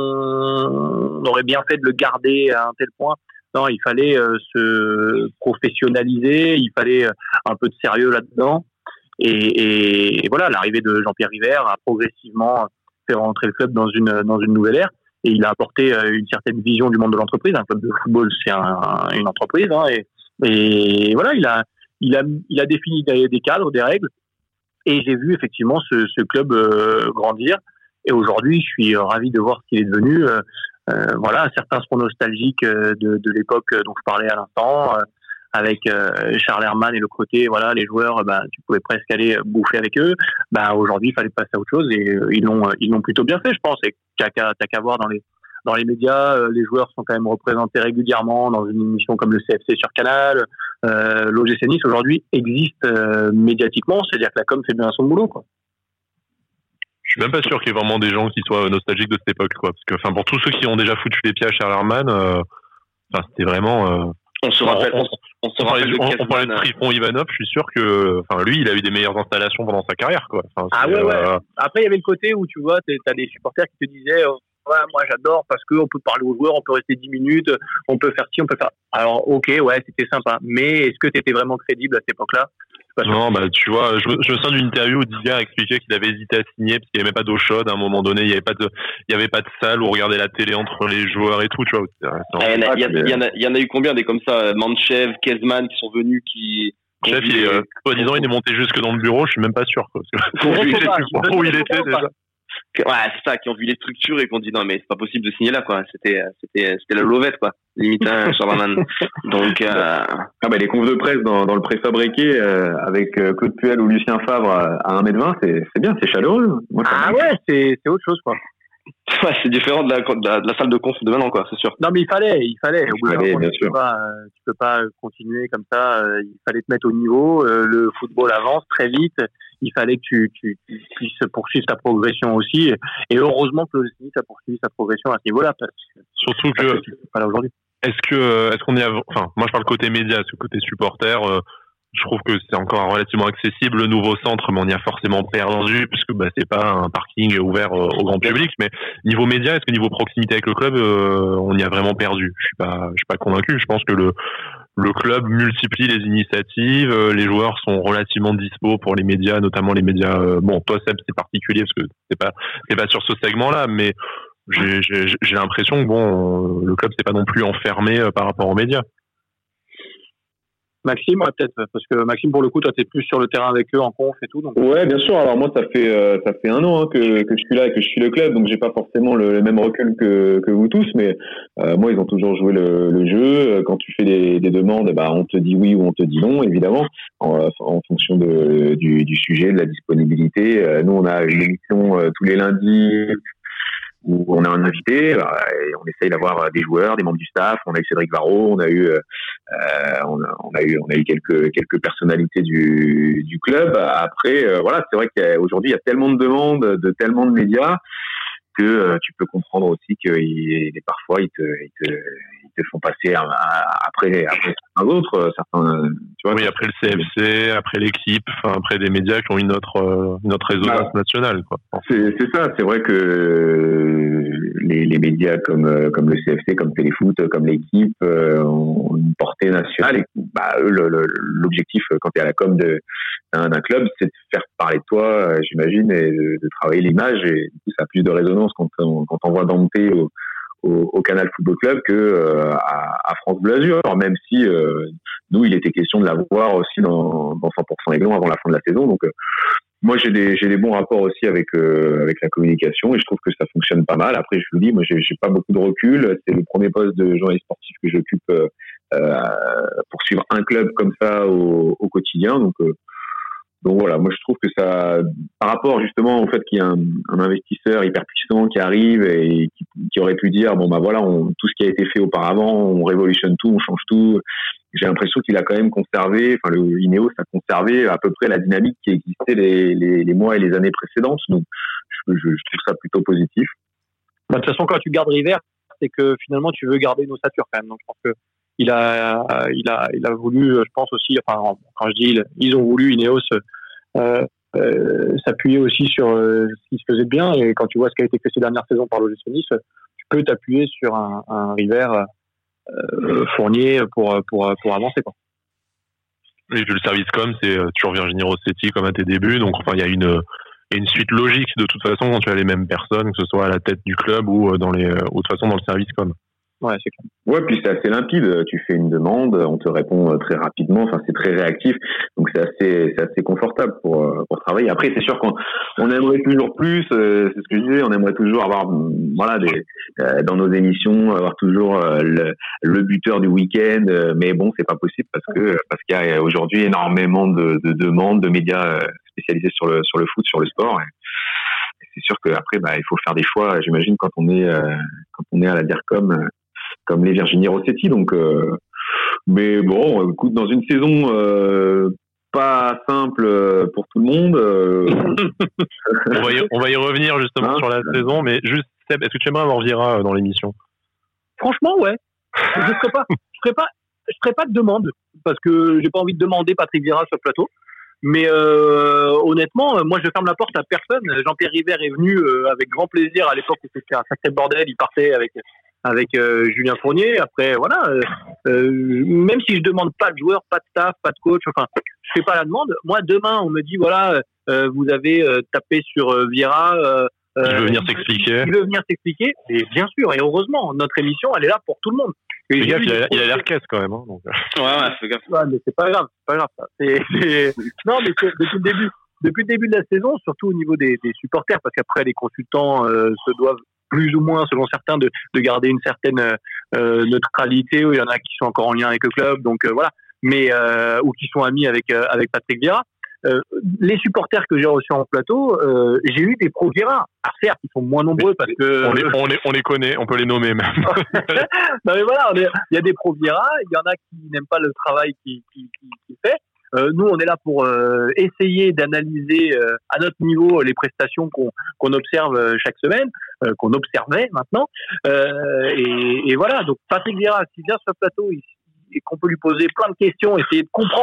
qu'on aurait bien fait de le garder à un tel point? Non, il fallait euh, se professionnaliser, il fallait euh, un peu de sérieux là-dedans. Et, et, et voilà, l'arrivée de Jean-Pierre River a progressivement fait rentrer le club dans une dans une nouvelle ère, et il a apporté une certaine vision du monde de l'entreprise. Un club de football, c'est un, une entreprise, hein, et, et voilà, il a il a il a défini des, des cadres, des règles, et j'ai vu effectivement ce, ce club euh, grandir. Et aujourd'hui, je suis ravi de voir ce qu'il est devenu. Euh, euh, voilà, certains seront nostalgiques de, de l'époque dont je parlais à l'instant. Euh, avec euh, Charlermann et le côté, voilà, les joueurs, bah, tu pouvais presque aller bouffer avec eux. Bah, aujourd'hui, il fallait passer à autre chose, et euh, ils l'ont, ils l'ont plutôt bien fait, je pense. Et t'as qu'à, t'as qu'à voir dans les, dans les médias, euh, les joueurs sont quand même représentés régulièrement dans une émission comme le C F C sur Canal. Euh, L'O G C Nice aujourd'hui existe euh, médiatiquement, c'est-à-dire que la com fait bien son boulot, quoi. Je suis même pas sûr qu'il y ait vraiment des gens qui soient nostalgiques de cette époque, quoi. Parce que, enfin, pour tous ceux qui ont déjà foutu les pieds à Charlermann, euh, enfin, c'était vraiment. Euh... On se rappelle, on, on, on se rappelle on, on parlait de Trifon Ivanov, je suis sûr que, enfin, lui, il a eu des meilleures installations pendant sa carrière, quoi. Enfin, ah ouais, ouais. Euh... Après, il y avait le côté où, tu vois, t'as des supporters qui te disaient, euh, ouais, moi, j'adore parce qu'on peut parler aux joueurs, on peut rester dix minutes, on peut faire ci, on peut faire. Alors, ok, ouais, c'était sympa. Mais est-ce que t'étais vraiment crédible à cette époque-là? Non, bah, tu vois, je, je me souviens d'une interview où Diga expliquait qu'il avait hésité à signer parce qu'il n'y avait même pas d'eau chaude à un moment donné, il n'y avait pas de, il y avait pas de salle où regarder la télé entre les joueurs et tout, tu vois. Il y, a, il, y en a, il y en a eu combien des comme ça, Manchev, Kezman qui sont venus, qui. Chef, il est, euh, soi-disant, il est monté jusque dans le bureau, je suis même pas sûr, quoi. Parce que il était plus où il était déjà. Ouais, c'est ça, qui ont vu les structures et qui ont dit non, mais c'est pas possible de signer là, quoi. C'était, c'était, c'était la lovette, quoi. Limite, hein, Charlermann. Donc, euh... ah, bah, les confs de presse dans, dans le préfabriqué, euh, avec euh, Claude Puel ou Lucien Favre à, à un mètre vingt, c'est, c'est bien, c'est chaleureux. Moi, ah ouais, c'est, c'est autre chose, quoi. Ouais, c'est différent de la, de la, de la salle de conf de maintenant, quoi, c'est sûr. Non, mais il fallait, il fallait. Au bout d'un moment, bien tu sûr. peux pas, euh, tu peux pas continuer comme ça. Euh, il fallait te mettre au niveau. Euh, le football avance très vite. Il fallait que tu, tu, tu puisses poursuivre ta progression aussi. Et heureusement que le Nice a poursuivi sa progression à ce niveau-là, parce que surtout que, que tu n'es pas là aujourd'hui. Est-ce que, est-ce qu'on est, av- enfin, moi je parle côté média, ce côté supporter. Euh, je trouve que c'est encore relativement accessible le nouveau centre, mais on y a forcément perdu puisque bah c'est pas un parking ouvert euh, au grand public. Mais niveau média, est-ce que niveau proximité avec le club, euh, on y a vraiment perdu? Je suis pas, je suis pas convaincu. Je pense que le le club multiplie les initiatives, euh, les joueurs sont relativement dispo pour les médias, notamment les médias. Euh, bon, toi Seb, c'est particulier parce que c'est pas c'est pas sur ce segment-là, mais j'ai j'ai, j'ai l'impression que bon, le club s'est pas non plus enfermé euh, par rapport aux médias. Maxime, ouais, peut-être, parce que Maxime, pour le coup, toi, t'es plus sur le terrain avec eux en conf et tout. Donc... Ouais, bien sûr. Alors moi, ça fait euh, ça fait un an hein, que que je suis là et que je suis le club, donc j'ai pas forcément le, le même recul que que vous tous, mais euh, moi, ils ont toujours joué le, le jeu. Quand tu fais des, des demandes, bah on te dit oui ou on te dit non, évidemment, en, en fonction de du, du sujet, de la disponibilité. Euh, nous, on a une émission euh, tous les lundis où on a un invité, et on essaye d'avoir des joueurs, des membres du staff. On a eu Cédric Varro, on a eu, euh, on, a, on a eu, on a eu quelques quelques personnalités du du club. Après, euh, voilà, c'est vrai qu'aujourd'hui il y a tellement de demandes, de tellement de médias que euh, tu peux comprendre aussi que il, parfois ils te, ils te ils te font passer à, à, après après certains autres, certains. Tu vois, oui, après le C F C, après l'équipe, enfin après des médias qui ont une autre euh, une autre résonance ah, nationale, quoi. C'est c'est ça, c'est vrai que les les médias comme comme le C F C, comme Téléfoot, comme l'équipe euh, ont une portée nationale. Et bah eux, le, le, l'objectif quand tu es à la com de d'un, d'un club, c'est de faire parler de toi, j'imagine, et de, de travailler l'image. Et du coup, ça a plus de résonance quand on quand on voit Dante au Au, au Canal Football Club que euh, à, à France Bleu Azur, même si euh, nous il était question de l'avoir aussi dans, dans cent pour cent Aiglon avant la fin de la saison. Donc euh, moi j'ai des j'ai des bons rapports aussi avec euh, avec la communication et je trouve que ça fonctionne pas mal. Après je vous dis, moi j'ai, j'ai pas beaucoup de recul. C'est le premier poste de journaliste sportif que j'occupe euh, euh, pour suivre un club comme ça au, au quotidien. Donc euh, Donc voilà, moi je trouve que ça, par rapport justement au fait qu'il y a un, un investisseur hyper puissant qui arrive et qui, qui aurait pu dire bon bah voilà, on, tout ce qui a été fait auparavant, on révolutionne tout, on change tout. J'ai l'impression qu'il a quand même conservé, enfin le Ineos a conservé à peu près la dynamique qui existait les, les, les mois et les années précédentes. Donc je, je, je trouve ça plutôt positif. Bah, de toute façon, quand tu gardes River, c'est que finalement tu veux garder nos ossature quand même. Donc je pense que il a, il a, il a voulu, je pense aussi, enfin, quand je dis ils, ils ont voulu, Ineos, euh, euh, s'appuyer aussi sur euh, ce qui se faisait de bien. Et quand tu vois ce qui a été fait ces dernières saisons par l'O G C Nice, tu peux t'appuyer sur un, un River euh, Fournier pour, pour, pour avancer, quoi. Et puis le service com, c'est toujours Virginie Rossetti comme à tes débuts. Donc, enfin, il y a une, une suite logique de toute façon quand tu as les mêmes personnes, que ce soit à la tête du club ou dans les, ou de toute façon dans le service com. Ouais, c'est clair. Ouais, puis c'est assez limpide. Tu fais une demande, on te répond très rapidement. Enfin, c'est très réactif, donc c'est assez, c'est assez confortable pour pour travailler. Après, c'est sûr qu'on on aimerait toujours plus. Euh, c'est ce que je disais. On aimerait toujours avoir, voilà, des, euh, dans nos émissions, avoir toujours euh, le, le buteur du week-end. Euh, mais bon, c'est pas possible parce que parce qu'il y a aujourd'hui énormément de, de demandes de médias spécialisés sur le sur le foot, sur le sport. Et c'est sûr qu'après, bah, il faut faire des choix. J'imagine quand on est euh, quand on est à la DIRCOM. Euh, comme les Virginie Rossetti, donc euh, mais bon, écoute, dans une saison euh, pas simple pour tout le monde. Euh... on, va y, on va y revenir justement hein sur la saison, mais juste Seb, est-ce que tu aimerais avoir Vieira dans l'émission? Franchement, ouais. Je ne ferai pas, je ferai pas, je ferai pas de demande parce que j'ai pas envie de demander Patrick Vieira sur le plateau. Mais euh, honnêtement, moi je ferme la porte à personne. Jean-Pierre River est venu euh, avec grand plaisir à l'époque où c'était un sacré bordel. Il partait avec avec euh, Julien Fournier. Après, voilà. Euh, euh, même si je demande pas de joueur, pas de staff, pas de coach, enfin, je fais pas la demande. Moi, demain, on me dit voilà, euh, vous avez euh, tapé sur euh, Vieira. Euh, il veut venir s'expliquer. Il veut venir s'expliquer. Et bien sûr, et heureusement, notre émission, elle est là pour tout le monde. Et gaffe, il a, il a l'air caisse quand même. Hein, donc. Ouais, ouais, fais gaffe. Ouais, mais c'est pas grave, c'est pas grave. Ça. C'est, c'est... Non, mais c'est, depuis le début, depuis le début de la saison, surtout au niveau des, des supporters, parce qu'après les consultants euh, se doivent plus ou moins, selon certains, de, de garder une certaine euh, neutralité. Où il y en a qui sont encore en lien avec le club, donc euh, voilà. Mais euh, ou qui sont amis avec euh, avec Patrick Vieira. Euh, les supporters que j'ai reçus en plateau, euh, j'ai eu des pro Vieira. Ah, certes, ils sont moins nombreux parce que on les, on les, on les connaît, on peut les nommer même. Non mais voilà, il y a des pro Vieira, il y en a qui n'aiment pas le travail qu'il qui, qui, qui fait. Euh, nous, on est là pour euh, essayer d'analyser euh, à notre niveau les prestations qu'on, qu'on observe chaque semaine, euh, qu'on observait maintenant. Euh, et, et voilà, donc Patrick Vieira, s'il vient sur le plateau, il, et qu'on peut lui poser plein de questions, essayer de comprendre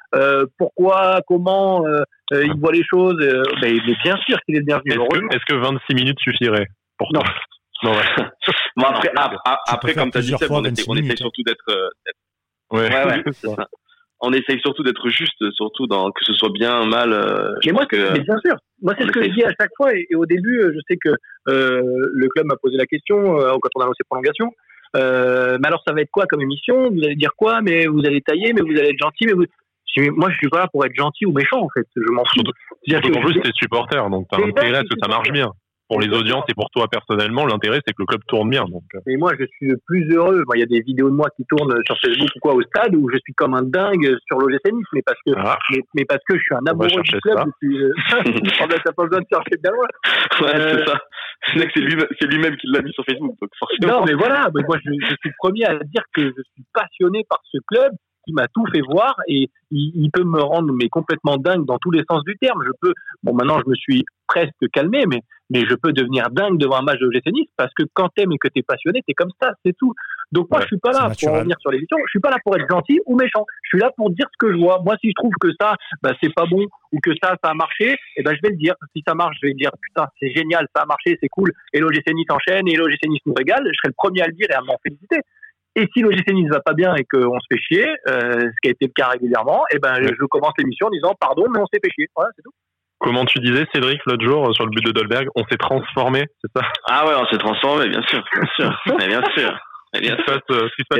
euh, pourquoi, comment euh, euh, il voit les choses. Euh, mais, mais bien sûr qu'il est le bienvenu. Est-ce que, est-ce que vingt-six minutes suffirait pour Non. toi? Non, ouais. Bon, après, après, après comme tu as dit, plusieurs Seb, fois on, essaie, on vingt-six essaye surtout d'être, euh, d'être Ouais, ouais, ouais, c'est ça. On essaye surtout d'être juste, surtout dans que ce soit bien, mal. Euh, mais moi, que, mais bien sûr. Moi, c'est ce que je dis à chaque fois. Et, et au début, je sais que euh, le club m'a posé la question euh, quand on a lancé prolongation. Euh, mais alors, ça va être quoi comme émission? Vous allez dire quoi? Mais vous allez tailler, mais vous allez être gentil. Mais vous... Moi, je suis pas là pour être gentil ou méchant, en fait. Je m'en fous. Surtout qu'en plus, t'es supporter, donc t'as intérêt à ce que ça marche bien. Pour les audiences et pour toi personnellement, l'intérêt c'est que le club tourne bien. Donc. Et moi, je suis le plus heureux. Moi, il y a des vidéos de moi qui tournent sur Facebook ou quoi au stade où je suis comme un dingue sur l'O G C Nice, mais parce que, ah. mais, mais parce que je suis un amoureux du club. Depuis, euh... T'as pas besoin de chercher bien loin. Ouais, euh... c'est ça. C'est, c'est, lui, c'est lui-même qui l'a mis sur Facebook, donc forcément. Non, mais voilà. Mais moi, je, je suis le premier à dire que je suis passionné par ce club. Il m'a tout fait voir et il, il peut me rendre mais complètement dingue dans tous les sens du terme. Je peux, bon maintenant je me suis presque calmé, mais mais je peux devenir dingue devant un match de l'O G C Nice parce que quand t'aimes et que t'es passionné, t'es comme ça, c'est tout. Donc moi ouais, je suis pas là pour revenir sur l'émission, je suis pas là pour être gentil ou méchant. Je suis là pour dire ce que je vois. Moi si je trouve que ça, bah c'est pas bon ou que ça ça a marché, et ben je vais le dire. Si ça marche, je vais dire putain c'est génial, ça a marché, c'est cool. Et l'O G C Nice enchaîne et l'O G C Nice nous régale. Je serai le premier à le dire et à m'en féliciter. Et si l'O G C Nice ne va pas bien et qu'on se fait chier, euh, ce qui a été le cas régulièrement, et ben ouais. je commence l'émission en disant pardon, mais on s'est fait chier. Voilà, c'est tout. Comment tu disais, Cédric, l'autre jour sur le but de Dolberg, on s'est transformé, c'est ça? Ah ouais, on s'est transformé, bien sûr, bien sûr, mais bien sûr. Mais bien sûr. Mais,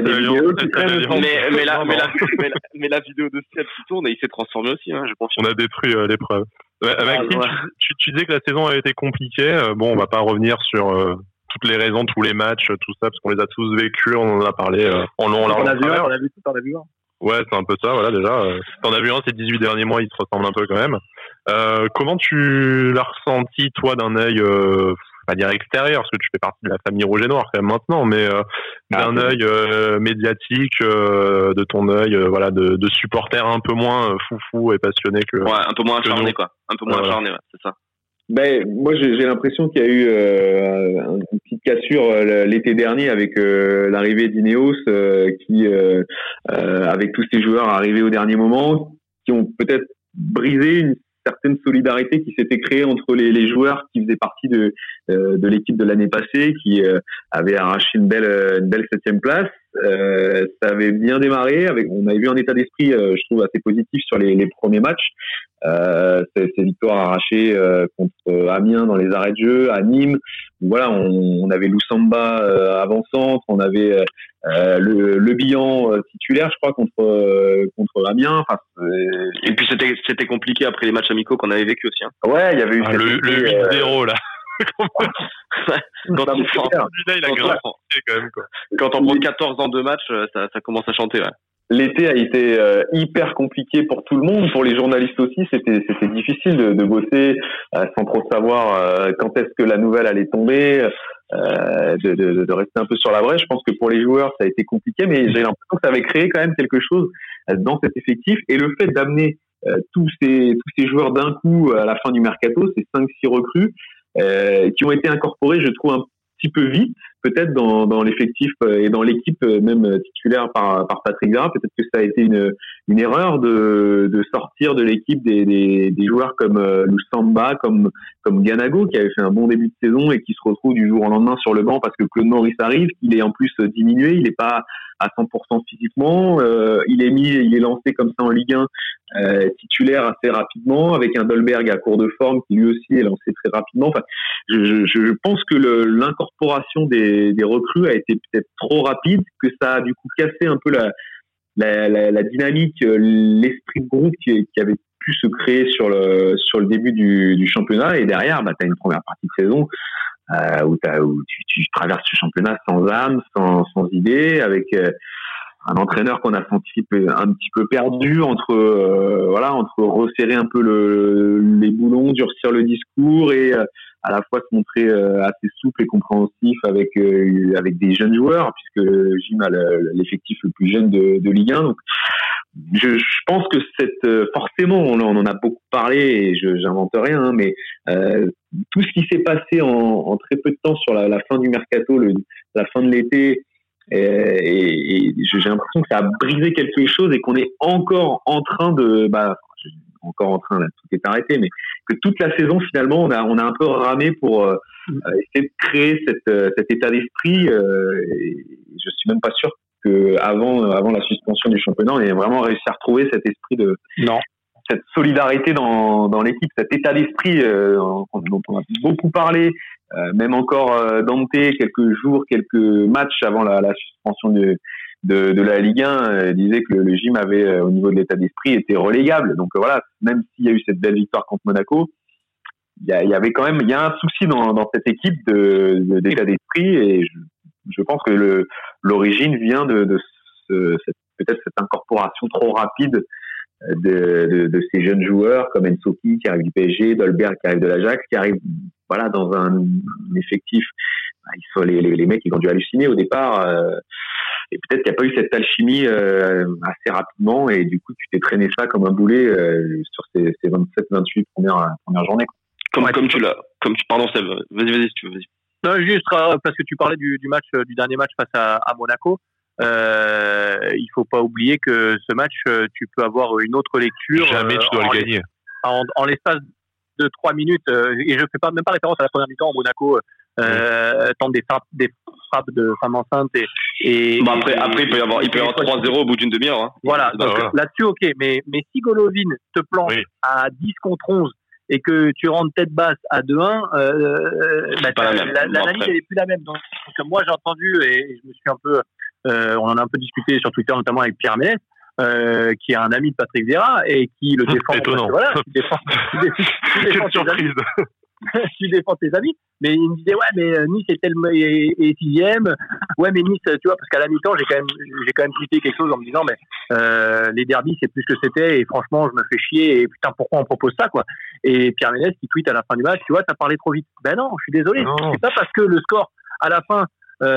mais, la, mais, la, mais, la, mais la vidéo de Seb qui tourne, et il s'est transformé aussi, hein, je confirme. On a détruit euh, l'épreuve. Ouais, ah, Maxime, ouais. tu, tu disais que la saison a été compliquée. Euh, bon, on va pas revenir sur euh, toutes les raisons, tous les matchs, tout ça, parce qu'on les a tous vécus, on en a parlé euh, en long, en large. On a vu un, on a vu tout, on a vu un. Ouais, c'est un peu ça, voilà, déjà. Euh, t'en as vu un ces dix-huit derniers mois, il se ressemble un peu quand même. Euh, comment tu l'as ressenti, toi, d'un œil, euh, pas dire extérieur, parce que tu fais partie de la famille Rouge et Noir quand même maintenant, mais euh, ah, d'un œil euh, médiatique, euh, de ton œil, euh, voilà, de, de supporter un peu moins euh, foufou et passionné que. Ouais, un peu moins acharné, quoi. Un peu moins euh, acharné, ouais, c'est ça. Ben, moi, j'ai, j'ai l'impression qu'il y a eu euh, une petite cassure euh, l'été dernier avec euh, l'arrivée d'Ineos, euh, qui, euh, euh, avec tous ces joueurs arrivés au dernier moment, qui ont peut-être brisé une certaine solidarité qui s'était créée entre les, les joueurs qui faisaient partie de, euh, de l'équipe de l'année passée, qui euh, avaient arraché une belle, une belle septième place. Euh, ça avait bien démarré. Avec, on avait vu un état d'esprit, euh, je trouve, assez positif sur les, les premiers matchs. Euh, ces, ces victoires arrachées euh, contre Amiens dans les arrêts de jeu, à Nîmes. Voilà, on, on avait Loussamba euh, avant-centre, on avait euh, le, le Bihan euh, titulaire, je crois, contre euh, contre Amiens. Enfin, euh, et puis c'était c'était compliqué après les matchs amicaux qu'on avait vécu aussi. Hein. Ouais, il y avait eu ah, le, le huit zéro euh... là. quand on prend, quand on prend quatorze dans deux matchs, ça, ça commence à chanter. Ouais. L'été a été euh, hyper compliqué pour tout le monde, pour les journalistes aussi. C'était c'était difficile de, de bosser euh, sans trop savoir euh, quand est-ce que la nouvelle allait tomber, euh, de, de, de rester un peu sur la brèche. Je pense que pour les joueurs, ça a été compliqué, mais j'ai l'impression que ça avait créé quand même quelque chose dans cet effectif. Et le fait d'amener euh, tous ces tous ces joueurs d'un coup à la fin du mercato, ces cinq six recrues, Euh, qui ont été incorporés, je trouve, un petit peu vite, peut-être dans, dans l'effectif et dans l'équipe même titulaire par, par Patrick Vieira. Peut-être que ça a été une, une erreur de, de sortir de l'équipe des, des, des joueurs comme euh, Loussamba, comme, comme Ganago, qui avait fait un bon début de saison et qui se retrouve du jour au lendemain sur le banc parce que Claude Maurice arrive, qu'il est en plus diminué, il n'est pas à cent pour cent physiquement, euh, il est mis, il est lancé comme ça en Ligue un, euh, titulaire assez rapidement, avec un Dolberg à court de forme qui lui aussi est lancé très rapidement. Enfin, je, je, je pense que le, l'incorporation des, des recrues a été peut-être trop rapide, que ça a du coup cassé un peu la, la, la, la dynamique, l'esprit de groupe qui, qui avait pu se créer sur le, sur le début du, du championnat. Et derrière, bah, tu as une première partie de saison Euh, où, où tu, tu traverses ce championnat sans âme, sans, sans idée, avec euh, un entraîneur qu'on a senti un petit peu perdu entre euh, voilà entre resserrer un peu le, les boulons, durcir le discours et euh, à la fois se montrer euh, assez souple et compréhensif avec euh, avec des jeunes joueurs, puisque Jim a le, l'effectif le plus jeune de, de Ligue un. Donc Je, je pense que cette forcément on, on en a beaucoup parlé et je j'invente rien, hein, mais euh, tout ce qui s'est passé en, en très peu de temps sur la, la fin du mercato, le, la fin de l'été, Et, et, et j'ai l'impression que ça a brisé quelque chose et qu'on est encore en train de, bah, encore en train, là, tout est arrêté, mais que toute la saison, finalement, on a, on a un peu ramé pour euh, essayer de créer cette, euh, cet état d'esprit. Euh, et je suis même pas sûr que avant, avant la suspension du championnat, on ait vraiment réussi à retrouver cet esprit de, non. cette solidarité dans, dans l'équipe, cet état d'esprit euh, dont on a beaucoup parlé, euh, même encore euh, Dante, quelques jours, quelques matchs avant la, la suspension de, de, de la Ligue un, euh, disait que le, le gym avait, euh, au niveau de l'état d'esprit, été relégable. Donc euh, voilà, même s'il y a eu cette belle victoire contre Monaco, il y, a, il y avait quand même, il y a un souci dans, dans cette équipe de, de, d'état d'esprit, et je, je pense que le, l'origine vient de, de ce, cette, peut-être cette incorporation trop rapide De, de, de ces jeunes joueurs comme Ensoki qui arrive du P S G, Dolberg qui arrive de l'Ajax, qui arrive voilà dans un, un effectif. Ils sont les, les, les mecs ils ont dû halluciner au départ euh, et peut-être qu'il n'y a pas eu cette alchimie euh, assez rapidement et du coup tu t'es traîné ça comme un boulet euh, sur ces, ces vingt-sept vingt-huit premières premières journées. Comme ouais, comme tu l'as, comme tu pardon Seb, vas-y vas-y si tu veux. Vas-y. Non juste parce que tu parlais du, du match du dernier match face à, à Monaco. Euh, il faut pas oublier que ce match, tu peux avoir une autre lecture. Jamais tu dois euh, le gagner. En, en l'espace de trois minutes, euh, et je fais pas même pas référence à la première mi-temps. Monaco euh, tente des frappes, des frappes de femmes enceintes et. et bon après, et, après il peut y avoir, il peut y avoir trois zéro au bout d'une demi-heure. Hein. Voilà. Donc, voilà. Là-dessus, ok. Mais mais si Golovin te plante oui. à dix contre onze et que tu rentres tête basse à deux un, euh, bah, l'analyse elle est plus la même. Donc, comme moi j'ai entendu et je me suis un peu Euh, on en a un peu discuté sur Twitter, notamment avec Pierre Ménès, euh, qui est un ami de Patrick Vieira et qui le défend. Étonnant. Voilà, qui défend, qui défend, qui défend Quelle surprise. qui défend tes amis. Mais il me disait ouais, mais Nice est tellement est sixième. Ouais, mais Nice, tu vois, parce qu'à la mi-temps, j'ai quand même, j'ai quand même tweeté quelque chose en me disant mais euh, les derbies c'est plus que c'était et franchement, je me fais chier et putain pourquoi on propose ça quoi. Et Pierre Ménès qui tweet à la fin du match, tu vois, t'as parlé trop vite. Ben non, je suis désolé. Non. C'est pas parce que le score à la fin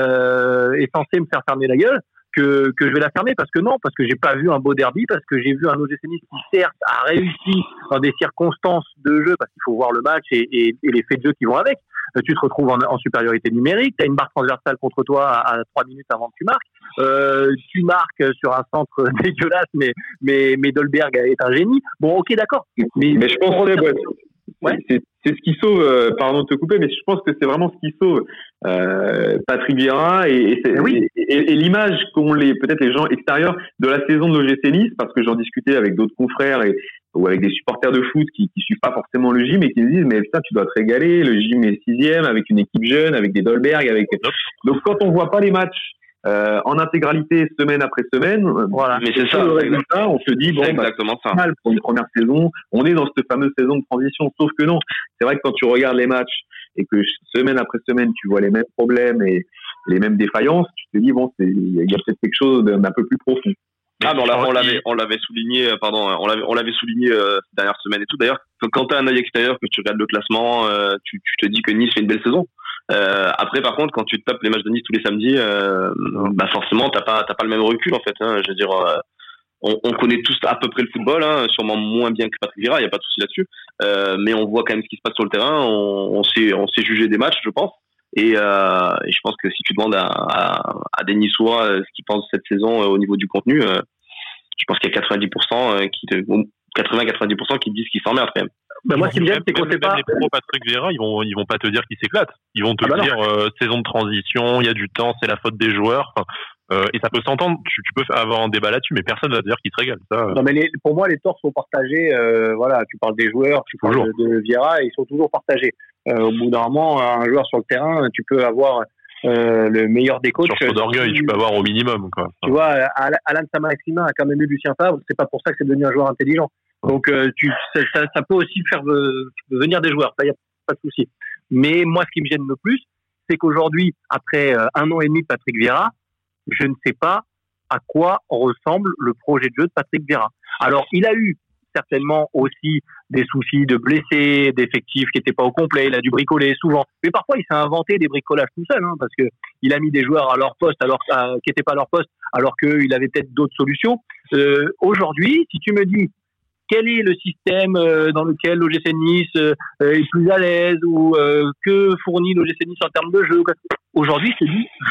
Euh, est censé me faire fermer la gueule que que je vais la fermer parce que non parce que j'ai pas vu un beau derby parce que j'ai vu un O G C Nice qui certes a réussi dans des circonstances de jeu parce qu'il faut voir le match et, et, et les faits de jeu qui vont avec. Euh, tu te retrouves en, en supériorité numérique, t'as une barre transversale contre toi à, à trois minutes avant que tu marques, euh, tu marques sur un centre dégueulasse mais mais mais Dolberg est un génie. Bon ok d'accord mais mais je pense que ouais, ouais. c'est c'est ce qui sauve, euh, pardon de te couper, mais je pense que c'est vraiment ce qui sauve euh, Patrick Vieira et, et, c'est, oui. et, et, et l'image qu'ont les peut-être les gens extérieurs de la saison de l'O G C Nice, parce que j'en discutais avec d'autres confrères et, ou avec des supporters de foot qui qui suivent pas forcément le gym et qui me disent mais putain tu dois te régaler, le gym est sixième avec une équipe jeune, avec des Dolberg, avec donc quand on voit pas les matchs Euh, en intégralité semaine après semaine, voilà. Mais c'est ça. Le résultat, on se dit bon, c'est exactement bah, ça. Mal pour une première saison. On est dans cette fameuse saison de transition. Sauf que non. C'est vrai que quand tu regardes les matchs et que semaine après semaine tu vois les mêmes problèmes et les mêmes défaillances, tu te dis bon, c'est il y a peut-être quelque chose d'un peu plus profond. Ah, mais on, l'a, on l'avait, on l'avait souligné, pardon, on l'avait, on l'avait souligné euh, ces dernières semaines et tout. D'ailleurs, quand t'as un œil extérieur, que tu regardes le classement, euh, tu, tu te dis que Nice fait une belle saison. Euh, après, par contre, quand tu te tapes les matchs de Nice tous les samedis, euh, bah forcément, t'as pas, t'as pas le même recul en fait. Hein. Je veux dire, euh, on, on connaît tous à peu près le football, hein, sûrement moins bien que Patrick Vieira, il y a pas de souci là-dessus. Euh, mais on voit quand même ce qui se passe sur le terrain. On, on sait, on sait juger des matchs, je pense. Et, euh, et je pense que si tu demandes à, à, à des Niçois ce qu'ils pensent cette saison euh, au niveau du contenu, euh, je pense qu'il y a quatre-vingt-dix pour cent qui te, quatre-vingts à quatre-vingt-dix pour cent qui disent qu'ils s'emmerdent quand même. Ben moi, ce qui me gêne, c'est qu'on sait pas. Les pros Patrick Vieira, ils vont, ils vont pas te dire qu'ils s'éclatent. Ils vont te ah bah dire euh, saison de transition, il y a du temps, c'est la faute des joueurs. Enfin, euh, et ça peut s'entendre. Tu, tu peux avoir un débat là-dessus, mais personne va te dire qu'il se régale. Ça. Non, mais les, pour moi, les torts sont partagés. Euh, voilà, tu parles des joueurs, tu parles de, de Vieira, ils sont toujours partagés. Euh, au bout d'un moment, un joueur sur le terrain, tu peux avoir euh, le meilleur des coachs. Sur d'orgueil, tu, tu peux avoir au minimum, quoi. Tu vois, Alain Samaxima a quand même eu Lucien Favre. C'est pas pour ça que c'est devenu un joueur intelligent. Donc, euh, tu, ça, ça peut aussi faire venir des joueurs. Ça, y a pas de souci. Mais moi, ce qui me gêne le plus, c'est qu'aujourd'hui, après un an et demi de Patrick Vieira, je ne sais pas à quoi ressemble le projet de jeu de Patrick Vieira. Alors, il a eu certainement aussi des soucis de blessés, d'effectifs qui n'étaient pas au complet. Il a dû bricoler souvent. Mais parfois, il s'est inventé des bricolages tout seul, hein, parce que il a mis des joueurs à leur poste, alors euh, qui n'étaient pas à leur poste, alors qu'il avait peut-être d'autres solutions. Euh, aujourd'hui, si tu me dis quel est le système euh, dans lequel l'O G C Nice euh, est plus à l'aise ou euh, que fournit l'O G C Nice en termes de jeu, aujourd'hui, je te dis, j'en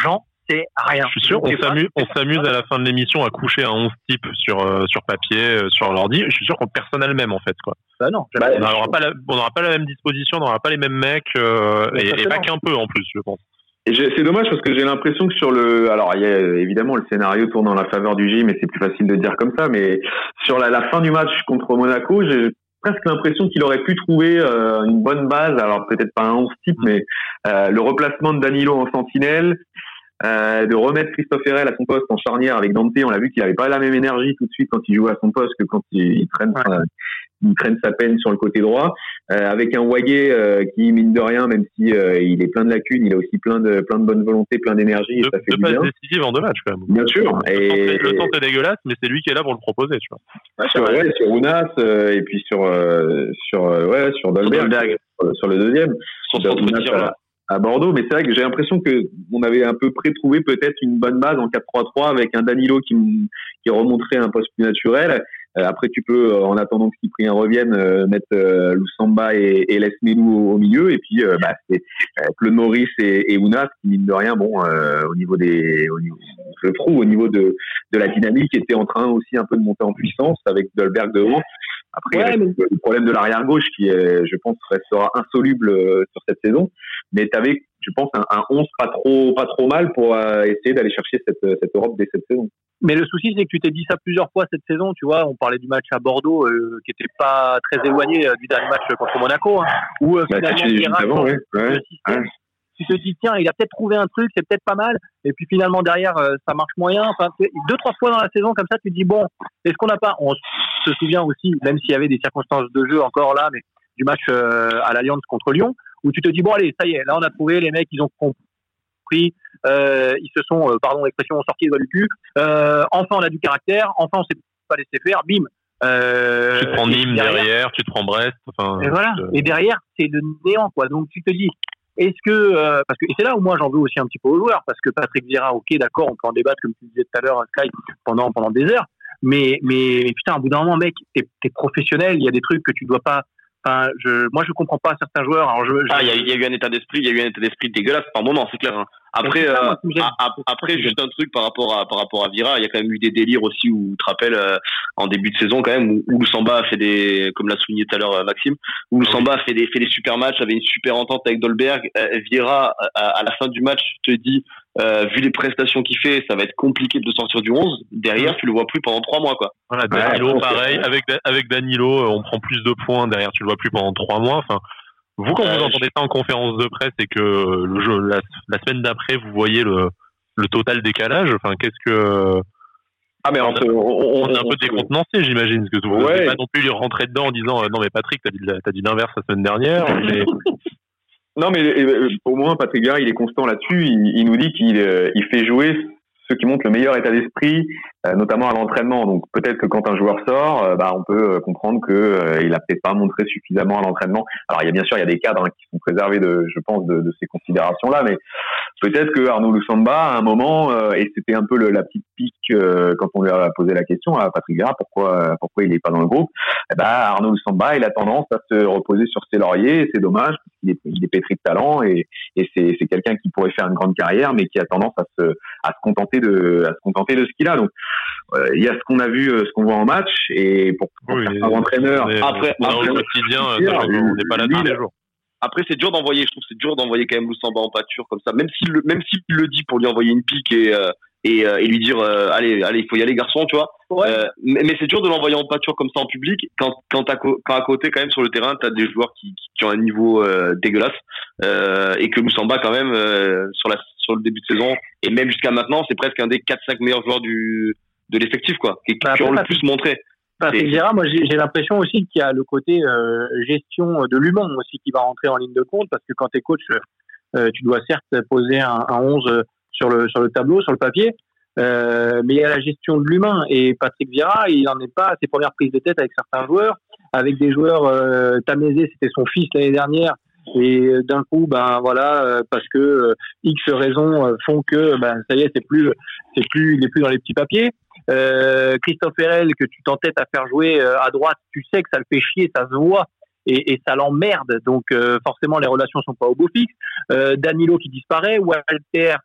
c'est rien. Je suis sûr, on s'amuse, on s'amuse à la fin de l'émission à coucher un onze types sur, euh, sur papier, euh, sur l'ordi. Je suis sûr qu'on personne n'a le même, en fait, quoi. Bah non. Bah, on n'aura pas la, on n'aura pas la même disposition, on n'aura pas les mêmes mecs, euh, et, et pas qu'un peu, en plus, je pense. Et c'est dommage parce que j'ai l'impression que sur le, alors il y a évidemment le scénario tourne en la faveur du gym et c'est plus facile de dire comme ça, mais sur la, la fin du match contre Monaco, j'ai presque l'impression qu'il aurait pu trouver euh, une bonne base, alors peut-être pas un onze type, mais euh, le replacement de Danilo en sentinelle, euh, de remettre Christophe Herrel à son poste en charnière avec Dante. On l'a vu qu'il avait pas la même énergie tout de suite quand il jouait à son poste que quand il, il traîne ouais. euh, il traîne sa peine sur le côté droit, euh, avec un Wagué euh, qui, mine de rien, même si euh, il est plein de lacunes, il a aussi plein de plein de bonne volonté, plein d'énergie. De, et ça fait de du passes bien. décisives en deux matchs, quand même. Bien sûr. Le, et, temps, le temps est dégueulasse, mais c'est lui qui est là pour le proposer, tu vois. Ouais, sur, ouais, sur Ounas euh, et puis sur euh, sur euh, ouais sur Dolberg, sur, sur le deuxième. Sur son tir, là. À Bordeaux, mais c'est vrai que j'ai l'impression que on avait un peu pré-trouvé peut-être une bonne base en quatre trois trois avec un Danilo qui qui remonterait un poste plus naturel. Euh, après, tu peux, euh, en attendant que Cyprien revienne, euh, mettre euh, Loussamba et, et Les Melou au, au milieu. Et puis, euh, bah, c'est euh, Claude Maurice et, et Ounas qui, mine de rien, bon, euh, au niveau des, au niveau, je trouve, au niveau de, de la dynamique, était en train aussi un peu de monter en puissance avec Dolberg devant. Après, ouais, mais... le problème de l'arrière gauche qui, est, je pense, restera insoluble euh, sur cette saison. Mais tu avais, je pense, un, un onze pas trop, pas trop mal pour euh, essayer d'aller chercher cette, cette Europe dès cette saison. Mais le souci, c'est que tu t'es dit ça plusieurs fois cette saison, tu vois. On parlait du match à Bordeaux, euh, qui était pas très éloigné euh, du dernier match contre Monaco, hein, où euh, bah, finalement, Guérin, avant, ouais, ouais, le système, ouais. Tu te dis, tiens, il a peut-être trouvé un truc, c'est peut-être pas mal. Et puis finalement, derrière, euh, ça marche moyen. Enfin, deux, trois fois dans la saison, comme ça, tu te dis, bon, est-ce qu'on n'a pas... On se souvient aussi, même s'il y avait des circonstances de jeu encore là, mais du match euh, à l'Alliance contre Lyon, où tu te dis, bon, allez, ça y est, là, on a trouvé, les mecs, ils ont compris. Euh, ils se sont, euh, pardon l'expression, sortis les doigts du cul. Euh, enfin, on a du caractère. Enfin, on s'est pas laissé faire. Bim. Euh, tu te prends Nîmes derrière, derrière, tu te prends Brest. Enfin, et voilà. Euh... Et derrière, c'est le néant, quoi. Donc, tu te dis, est-ce que, euh, parce que, et c'est là où moi j'en veux aussi un petit peu aux joueurs, parce que Patrick Vieira, ok, d'accord, on peut en débattre comme tu disais tout à l'heure, Sky, pendant pendant des heures. Mais mais, mais putain, au bout d'un moment, mec, t'es, t'es professionnel. Il y a des trucs que tu dois pas. Enfin, je, moi, je comprends pas certains joueurs. Alors, je, je... Ah, il y a, il y a eu un état d'esprit, il y a eu un état d'esprit dégueulasse par moment, c'est clair. Hein. Après, ça, euh, moi, a, après, juste un truc par rapport à par rapport à Vieira, il y a quand même eu des délires aussi où, tu te rappelles, euh, en début de saison quand même, où, où Loussamba a fait des, comme l'a souligné tout à l'heure Maxime, où Loussamba a fait des fait des super matchs, avait une super entente avec Dolberg. Euh, Vieira, à, à la fin du match, te dit, euh, vu les prestations qu'il fait, ça va être compliqué de le sortir du onze. Derrière, tu le vois plus pendant trois mois, quoi. Voilà, Danilo, ouais, pareil. Ouais. Avec avec Danilo, on prend plus de points. Derrière, tu le vois plus pendant trois mois. Enfin. Vous, quand euh, vous entendez ça en conférence de presse et que le jeu, la, la semaine d'après, vous voyez le, le total décalage, enfin, qu'est-ce que... Ah, mais on, on, on, on est un on, peu décontenancé, j'imagine, parce que vous ne ouais. pouvez pas non plus lui rentrer dedans en disant « Non, mais Patrick, t'as dit, t'as dit l'inverse la semaine dernière. » mais... Non, mais au moins, Patrick Vieira, il est constant là-dessus. Il, il nous dit qu'il il fait jouer ceux qui montrent le meilleur état d'esprit, euh, notamment à l'entraînement. Donc peut-être que quand un joueur sort, euh, bah on peut euh, comprendre que euh, il a peut-être pas montré suffisamment à l'entraînement. Alors il y a bien sûr il y a des cadres hein, qui sont préservés de, je pense, de, de ces considérations-là, mais peut-être que Arnaud Loussamba à un moment, euh, et c'était un peu le, la petite pique euh, quand on lui a posé la question à Patrick Vieira, pourquoi pourquoi il est pas dans le groupe. Eh bah Arnaud Loussamba, il a tendance à se reposer sur ses lauriers, et c'est dommage parce qu'il est, il est pétri de talent et, et c'est, c'est quelqu'un qui pourrait faire une grande carrière, mais qui a tendance à se à se contenter de à se contenter de ce qu'il a. Donc euh, il y a ce qu'on a vu, euh, ce qu'on voit en match, et pour, pour oui, certains entraîneurs après, après au quotidien on n'est pas là tous les jours. Après c'est dur d'envoyer, je trouve c'est dur d'envoyer quand même Loussamba en pâture comme ça, même s'il le même s'il le dit pour lui envoyer une pique et euh, et, euh, et lui dire euh, allez allez il faut y aller garçon, tu vois. Ouais. Euh, mais, mais c'est dur de l'envoyer en pâture comme ça en public quand quand, t'as, quand à côté quand même sur le terrain t'as des joueurs qui, qui, qui ont un niveau euh, dégueulasse euh, et que Loussamba quand même euh, sur la sur le début de saison et même jusqu'à maintenant c'est presque un des quatre cinq meilleurs joueurs du de l'effectif quoi qui, bah, qui ont le plus montré. Patrick Vieira, moi j'ai, j'ai l'impression aussi qu'il y a le côté euh, gestion de l'humain aussi qui va rentrer en ligne de compte parce que quand t'es coach euh, tu dois certes poser un, un onze sur le sur le tableau sur le papier. Euh, mais il y a la gestion de l'humain et Patrick Vieira il n'en est pas à ses premières prises de tête avec certains joueurs, avec des joueurs euh, Tamézé c'était son fils l'année dernière et d'un coup ben voilà euh, parce que euh, X raisons euh, font que ben ça y est c'est plus c'est plus il est plus dans les petits papiers. Euh, Christophe Herel que tu t'entêtes à faire jouer euh, à droite, tu sais que ça le fait chier, ça se voit. Et, et ça l'emmerde, donc euh, forcément les relations sont pas au beau fixe. Euh, Danilo qui disparaît, Walter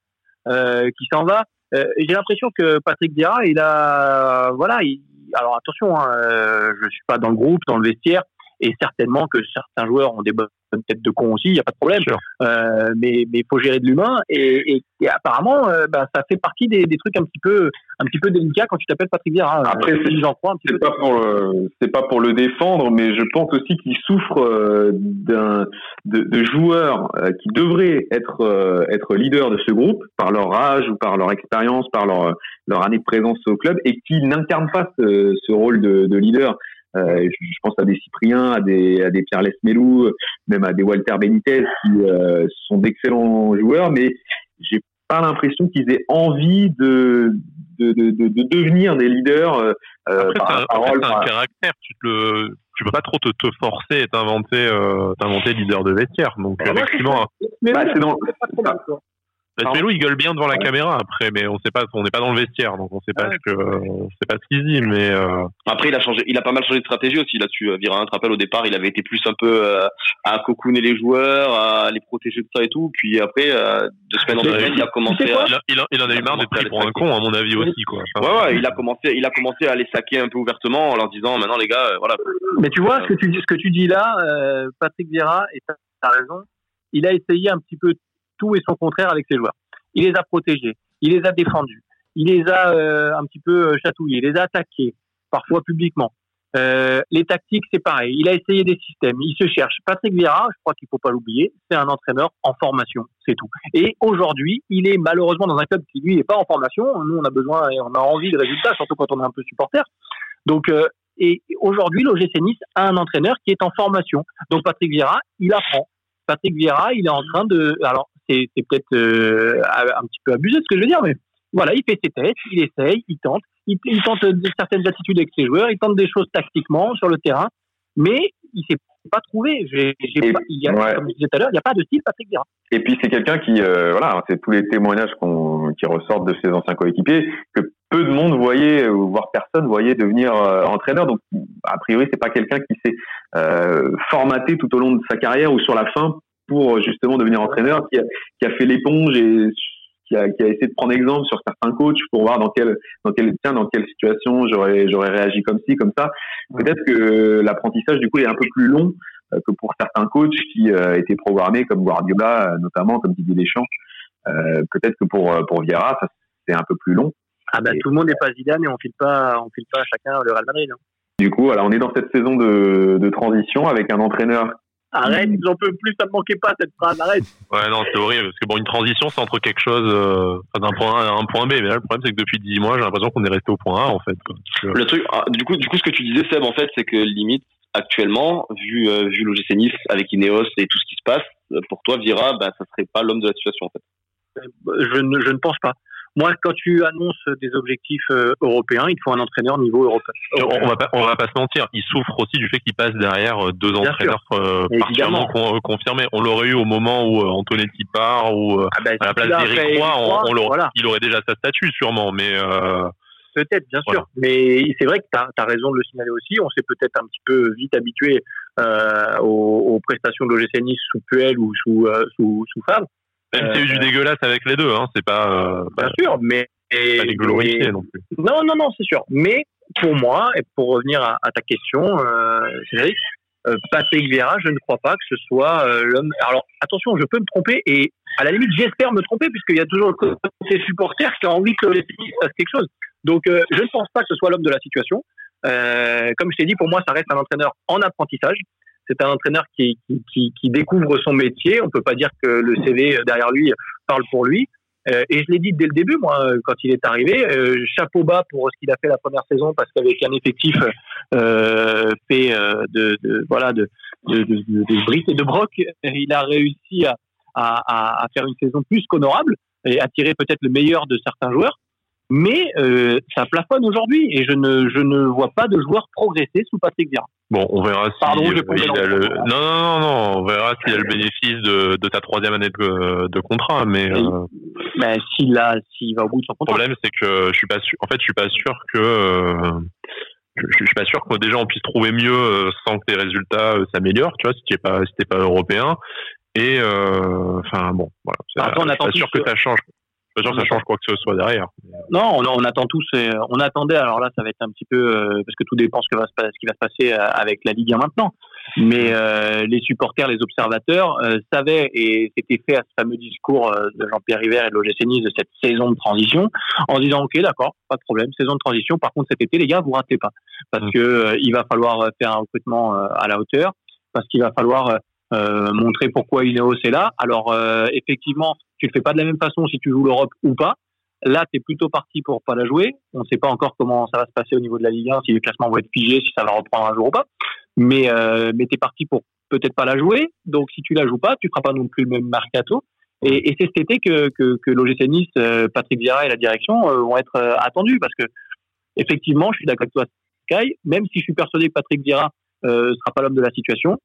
euh, qui s'en va. Euh, j'ai l'impression que Patrick Vieira, il a, voilà, il, alors attention, hein, euh, je suis pas dans le groupe, dans le vestiaire, et certainement que certains joueurs ont des bonnes têtes de con aussi, il y a pas de problème. Euh, mais mais il faut gérer de l'humain, et, et, et apparemment, euh, bah, ça fait partie des, des trucs un petit peu, un petit peu délicats quand tu t'appelles Patrick Vieira. Après, euh, c'est, j'en crois un petit c'est peu. pas pour le, c'est pas pour le défendre, mais je pense aussi qu'il souffre euh, d'un de, de joueurs euh, qui devraient être euh, être leaders de ce groupe par leur âge ou par leur expérience, par leur leur année de présence au club, et qui n'incarnent pas ce, ce rôle de, de leader. Euh, je, je pense à des Cyprien, à des à des Pierre Lesmelou, même à des Walter Benitez qui euh, sont d'excellents joueurs, mais j'ai pas l'impression qu'ils aient envie de de de, de, de devenir des leaders. Euh, Après, par, c'est un, par après, rôle, c'est un par... caractère. Tu te le, tu peux pas trop te, te forcer et t'inventer, euh, t'inventer leader de vestiaire. Donc Ah, effectivement, mais bah, oui, c'est dans... c'est pas trop mal, quoi. Lesmelou il gueule bien devant la Ouais. caméra après, mais on sait pas, on n'est pas dans le vestiaire, donc on sait pas Ouais. ce que, on sait pas ce qu'il dit, mais euh... Après, il a changé, il a pas mal changé de stratégie aussi là-dessus. Vieira, tu te rappelles, au départ, il avait été plus un peu euh, à cocooner les joueurs, à les protéger de ça et tout. Puis après, euh, de semaine en Mais semaine, il a commencé tu sais quoi à... il, a, il, a, il en a eu marre d'être pris pour un con, à mon avis aussi, quoi. Enfin, Ouais, ouais, il a commencé, il a commencé à les saquer un peu ouvertement en leur disant, maintenant les gars, euh, voilà. Mais tu vois, ce que tu dis, ce que tu dis là, euh, Patrick Vieira, et t'as t'as raison, il a essayé un petit peu tout et son contraire avec ses joueurs. Il les a protégés, il les a défendus, il les a euh, un petit peu chatouillés, il les a attaqués, parfois publiquement. Euh, les tactiques, c'est pareil. Il a essayé des systèmes, il se cherche. Patrick Vieira, je crois qu'il faut pas l'oublier, c'est un entraîneur en formation, c'est tout. Et aujourd'hui, il est malheureusement dans un club qui lui n'est pas en formation. Nous, on a besoin et on a envie de résultats, surtout quand on est un peu supporter. Donc, euh, et aujourd'hui, l'O G C Nice a un entraîneur qui est en formation. Donc, Patrick Vieira, il apprend. Patrick Vieira, il est en train de, alors c'est, c'est peut-être euh, un petit peu abusé de ce que je veux dire, mais voilà, il fait ses tests, il essaye, il tente, il, il tente certaines attitudes avec ses joueurs, il tente des choses tactiquement sur le terrain, mais il s'est pas trouvé. J'ai, j'ai Et, pas, il y a, ouais. comme je disais tout à l'heure, il n'y a pas de style Patrick Vieira. Et puis c'est quelqu'un qui, euh, voilà, c'est tous les témoignages qu'on, qui ressortent de ses anciens coéquipiers que peu de monde voyait, ou voire personne voyait devenir euh, entraîneur. Donc a priori c'est pas quelqu'un qui s'est euh, formaté tout au long de sa carrière ou sur la fin pour justement devenir entraîneur, qui a, qui a fait l'éponge et qui a, qui a essayé de prendre exemple sur certains coachs pour voir dans quelle, dans quelle, tiens, dans quelle situation j'aurais, j'aurais réagi comme ci, comme ça. Peut-être que l'apprentissage du coup est un peu plus long que pour certains coachs qui euh, étaient programmés comme Guardiola, notamment comme Didier Deschamps. Euh, peut-être que pour pour Vieira, ça c'est un peu plus long. Ah bah et tout le monde n'est pas Zidane et on file pas, on file pas chacun le Real Madrid. Hein. Du coup, alors on est dans cette saison de, de transition avec un entraîneur. Arrête, j'en peux plus, ça me manquait pas cette phrase, arrête. Ouais, non, c'est horrible, parce que bon, une transition, c'est entre quelque chose, euh, d'un point A à un point B, mais là, le problème, c'est que depuis dix mois, j'ai l'impression qu'on est resté au point A, en fait, quoi. Que... Le truc, ah, du coup, du coup, ce que tu disais, Seb, en fait, c'est que limite, actuellement, vu, euh, vu l'O G C Nice avec Ineos et tout ce qui se passe, pour toi, Vieira, bah, ça serait pas l'homme de la situation, en fait. Je ne, je ne pense pas. Moi, quand tu annonces des objectifs euh, européens, il faut un entraîneur niveau européen. On, on va pas, on va pas se mentir. Il souffre aussi du fait qu'il passe derrière deux Bien entraîneurs euh, particulièrement con, confirmés. On l'aurait eu au moment où euh, Antonetti part ou euh, ah ben, à la place d'Éric Roy, on, on l'aurait, voilà. il aurait déjà sa statue sûrement, mais euh, peut-être, bien voilà. sûr. Mais c'est vrai que tu as raison de le signaler aussi. On s'est peut-être un petit peu vite habitué euh, aux, aux prestations de l'O G C Nice sous Puel ou sous euh, sous, sous Favre. Même s'il y a eu du dégueulasse avec les deux, hein, c'est pas. Euh, Bien pas, sûr, mais. Pas les glorifier non plus. Non, non, non, c'est sûr. Mais pour moi, et pour revenir à, à ta question, euh, Cédric, euh, Patrick Vieira, je ne crois pas que ce soit euh, l'homme. Alors, attention, je peux me tromper et à la limite, j'espère me tromper puisqu'il y a toujours le côté supporter qui a envie que les équipes fassent quelque chose. Donc, euh, je ne pense pas que ce soit l'homme de la situation. Euh, comme je t'ai dit, pour moi, ça reste un entraîneur en apprentissage. C'est un entraîneur qui, qui, qui, qui découvre son métier. On peut pas dire que le C V derrière lui parle pour lui. Euh, et je l'ai dit dès le début, moi, quand il est arrivé. Euh, chapeau bas pour ce qu'il a fait la première saison, parce qu'avec un effectif euh, fait euh, de, de voilà de de, de, de, de briques et de broc, il a réussi à, à, à faire une saison plus qu'honorable et attirer peut-être le meilleur de certains joueurs. Mais euh, ça plafonne aujourd'hui et je ne je ne vois pas de joueurs progresser sous Patrick Vieira. Bon, on verra si Pardon, euh, il a le non non non non, on verra s'il a le bénéfice de, de ta troisième année de, de contrat, mais euh... ben, s'il a s'il va au bout de son contrat. Le problème c'est que je suis pas sûr. En fait, je suis pas sûr que euh, je, je suis pas sûr que déjà on puisse trouver mieux sans que tes résultats euh, s'améliorent. Tu vois, si t'es pas si t'es pas européen et enfin euh, bon voilà. Après, on je suis attend pas sûr que ça change. Pas sûr que ça change quoi que ce soit derrière. Non, on, on attend tous. Euh, on attendait. Alors là, ça va être un petit peu euh, parce que tout dépend ce que va se passer, ce qui va se passer euh, avec la Ligue un maintenant. Mais euh, les supporters, les observateurs euh, savaient, et c'était fait à ce fameux discours euh, de Jean-Pierre River et de l'O G C Nice de cette saison de transition, en disant ok, d'accord, pas de problème, saison de transition. Par contre, cet été, les gars, vous ratez pas, parce mmh. que euh, il va falloir faire un recrutement euh, à la hauteur, parce qu'il va falloir euh, montrer pourquoi Ineos est là. Alors euh, effectivement, tu le fais pas de la même façon si tu joues l'Europe ou pas. Là, tu es plutôt parti pour pas la jouer. On ne sait pas encore comment ça va se passer au niveau de la Ligue un, si les classements vont être figés, si ça va reprendre un jour ou pas. Mais, euh, mais tu es parti pour peut-être pas la jouer. Donc, si tu la joues pas, tu feras pas non plus le même mercato. Et, et c'est cet été que, que, que l'O G C Nice, euh, Patrick Vieira et la direction euh, vont être euh, attendus. Parce que, effectivement, je suis d'accord avec toi, Sky, même si je suis persuadé que Patrick Vieira euh, sera pas l'homme de la situation.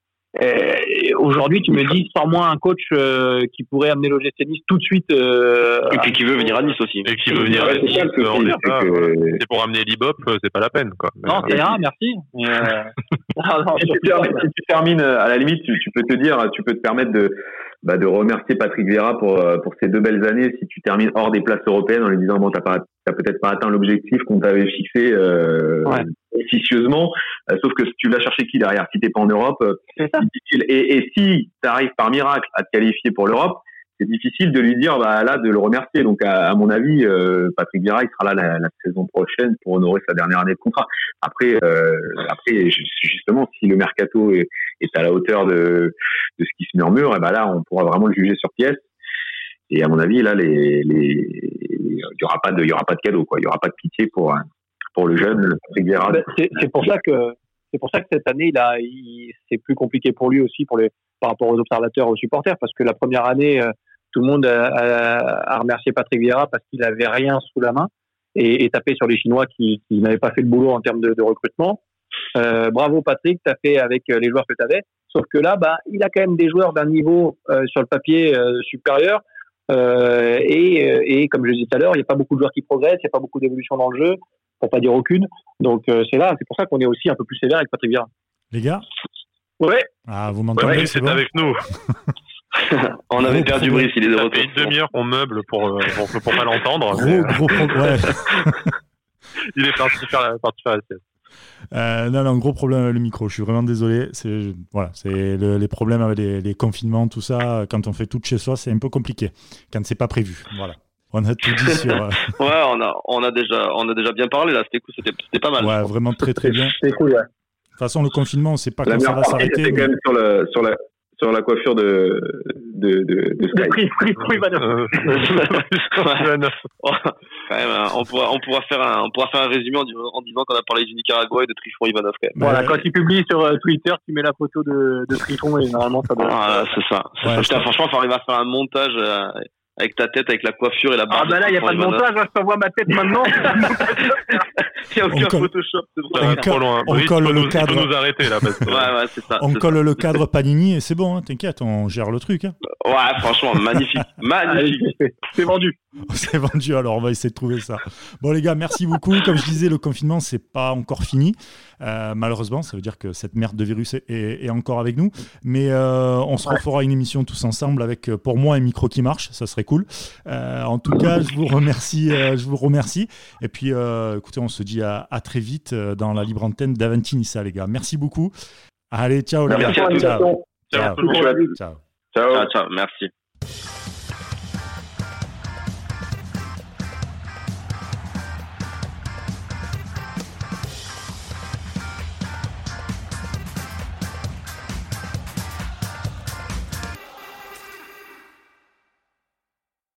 Et aujourd'hui, tu me dis, sors-moi un coach euh, qui pourrait amener l'O G C Nice tout de suite. Euh, et puis qui veut venir à Nice aussi. Et qui veut venir à Nice. C'est, ça, que... c'est pour amener l'Ibop, c'est pas la peine, quoi. Non, c'est rien, merci. Et euh... non, non, si, tu termines, si tu termines, à la limite, tu, tu peux te dire, tu peux te permettre de, bah, de remercier Patrick Vieira pour, pour ces deux belles années. Si tu termines hors des places européennes en lui disant, bon, t'as pas, t'as peut-être pas atteint l'objectif qu'on t'avait fixé, euh, ouais. officieusement, euh, sauf que tu vas chercher qui derrière? Si t'es pas en Europe, c'est, c'est difficile. Et, et si t'arrives par miracle à te qualifier pour l'Europe, c'est difficile de lui dire, bah là, de le remercier. Donc, à, à mon avis, euh, Patrick Vieira, il sera là la, la saison prochaine pour honorer sa dernière année de contrat. Après, euh, après, justement, si le mercato est, est à la hauteur de, de ce qui se murmure, et ben là, on pourra vraiment le juger sur pièce. Et à mon avis, là, les, les, il y aura pas de, il y aura pas de cadeau, quoi. Il y aura pas de pitié pour, pour le jeune Patrick Vieira. Ben, c'est, c'est pour ça que, c'est pour ça que cette année, il a, il, c'est plus compliqué pour lui aussi, pour les, par rapport aux observateurs, aux supporters, parce que la première année, euh, tout le monde a, a, a remercié Patrick Vieira parce qu'il avait rien sous la main et, et tapé sur les Chinois qui, qui n'avaient pas fait le boulot en termes de, de recrutement. Euh, bravo Patrick, t'as fait avec les joueurs que t'avais. Sauf que là, bah, il a quand même des joueurs d'un niveau euh, sur le papier euh, supérieur. Euh, et, et comme je le disais tout à l'heure, il n'y a pas beaucoup de joueurs qui progressent, il n'y a pas beaucoup d'évolution dans le jeu, pour pas dire aucune. Donc euh, c'est là, c'est pour ça qu'on est aussi un peu plus sévère avec Patrick Vieira. Les gars. Ouais. Ah, vous m'entendez, ouais, c'est, c'est bon avec nous. On avait perdu Brice, il est de retour. Ça fait une demi-heure qu'on meuble pour, pour, pour pas l'entendre. Gros, mais... gros problème. Ouais. Il est parti faire la, parti faire la sieste. Euh, non, non, gros problème avec le micro. Je suis vraiment désolé. C'est, voilà, c'est le, les problèmes avec les, les confinements, tout ça. Quand on fait tout de chez soi, c'est un peu compliqué. Quand c'est pas prévu. Voilà. On a tout dit sur. Euh... ouais, on a, on a déjà, on a déjà bien parlé là. C'était cool, c'était, c'était pas mal. Ouais, vraiment très très bien. C'était cool, ouais. De toute façon, le confinement, on sait pas la quand ça va s'arrêter. C'est mais... quand même sur le, sur la. Sur la coiffure de de de, de Sky. Prix, prix, prix, Ivanov. Quand même, hein, on pourra on pourra faire un on pourra faire un résumé en, en disant qu'on a parlé du Nicaragua et de Trichon Ivanov. Quand même. Voilà, quand il publie sur euh, Twitter, tu mets la photo de de Trichon et normalement ça doit. Ah, c'est ça. C'est ouais, ça. Putain, franchement, il faut arriver à faire un montage. Euh, avec ta tête, avec la coiffure et la barbe. Ah bah là, il n'y a pas de montage, hein, je t'envoie ma tête maintenant. Il n'y a aucun colle... Photoshop, c'est vrai. On, trop loin. on Brice, colle le nous, cadre. Il faut nous arrêter là. Parce que... ouais, ouais, c'est ça. On c'est colle ça. le cadre Panini et c'est bon, hein, t'inquiète, on gère le truc. Hein. Ouais, franchement, magnifique. Magnifique. Allez, c'est vendu. C'est vendu, alors on va essayer de trouver ça. Bon les gars, merci beaucoup. Comme je disais, le confinement, c'est pas encore fini. Euh, malheureusement, ça veut dire que cette merde de virus est, est, est encore avec nous. Mais euh, on se refera une émission tous ensemble avec, pour moi, un micro qui marche. Ça serait cool. Euh, en tout cas, je vous remercie. Euh, je vous remercie. Et puis, euh, écoutez, on se dit à, à très vite dans la libre antenne d'Avanti Nissa, les gars. Merci beaucoup. Allez, ciao. Merci les gars. à tous. Ciao. Ciao. Ciao. Ciao. Ciao. Ciao. Ciao. Merci.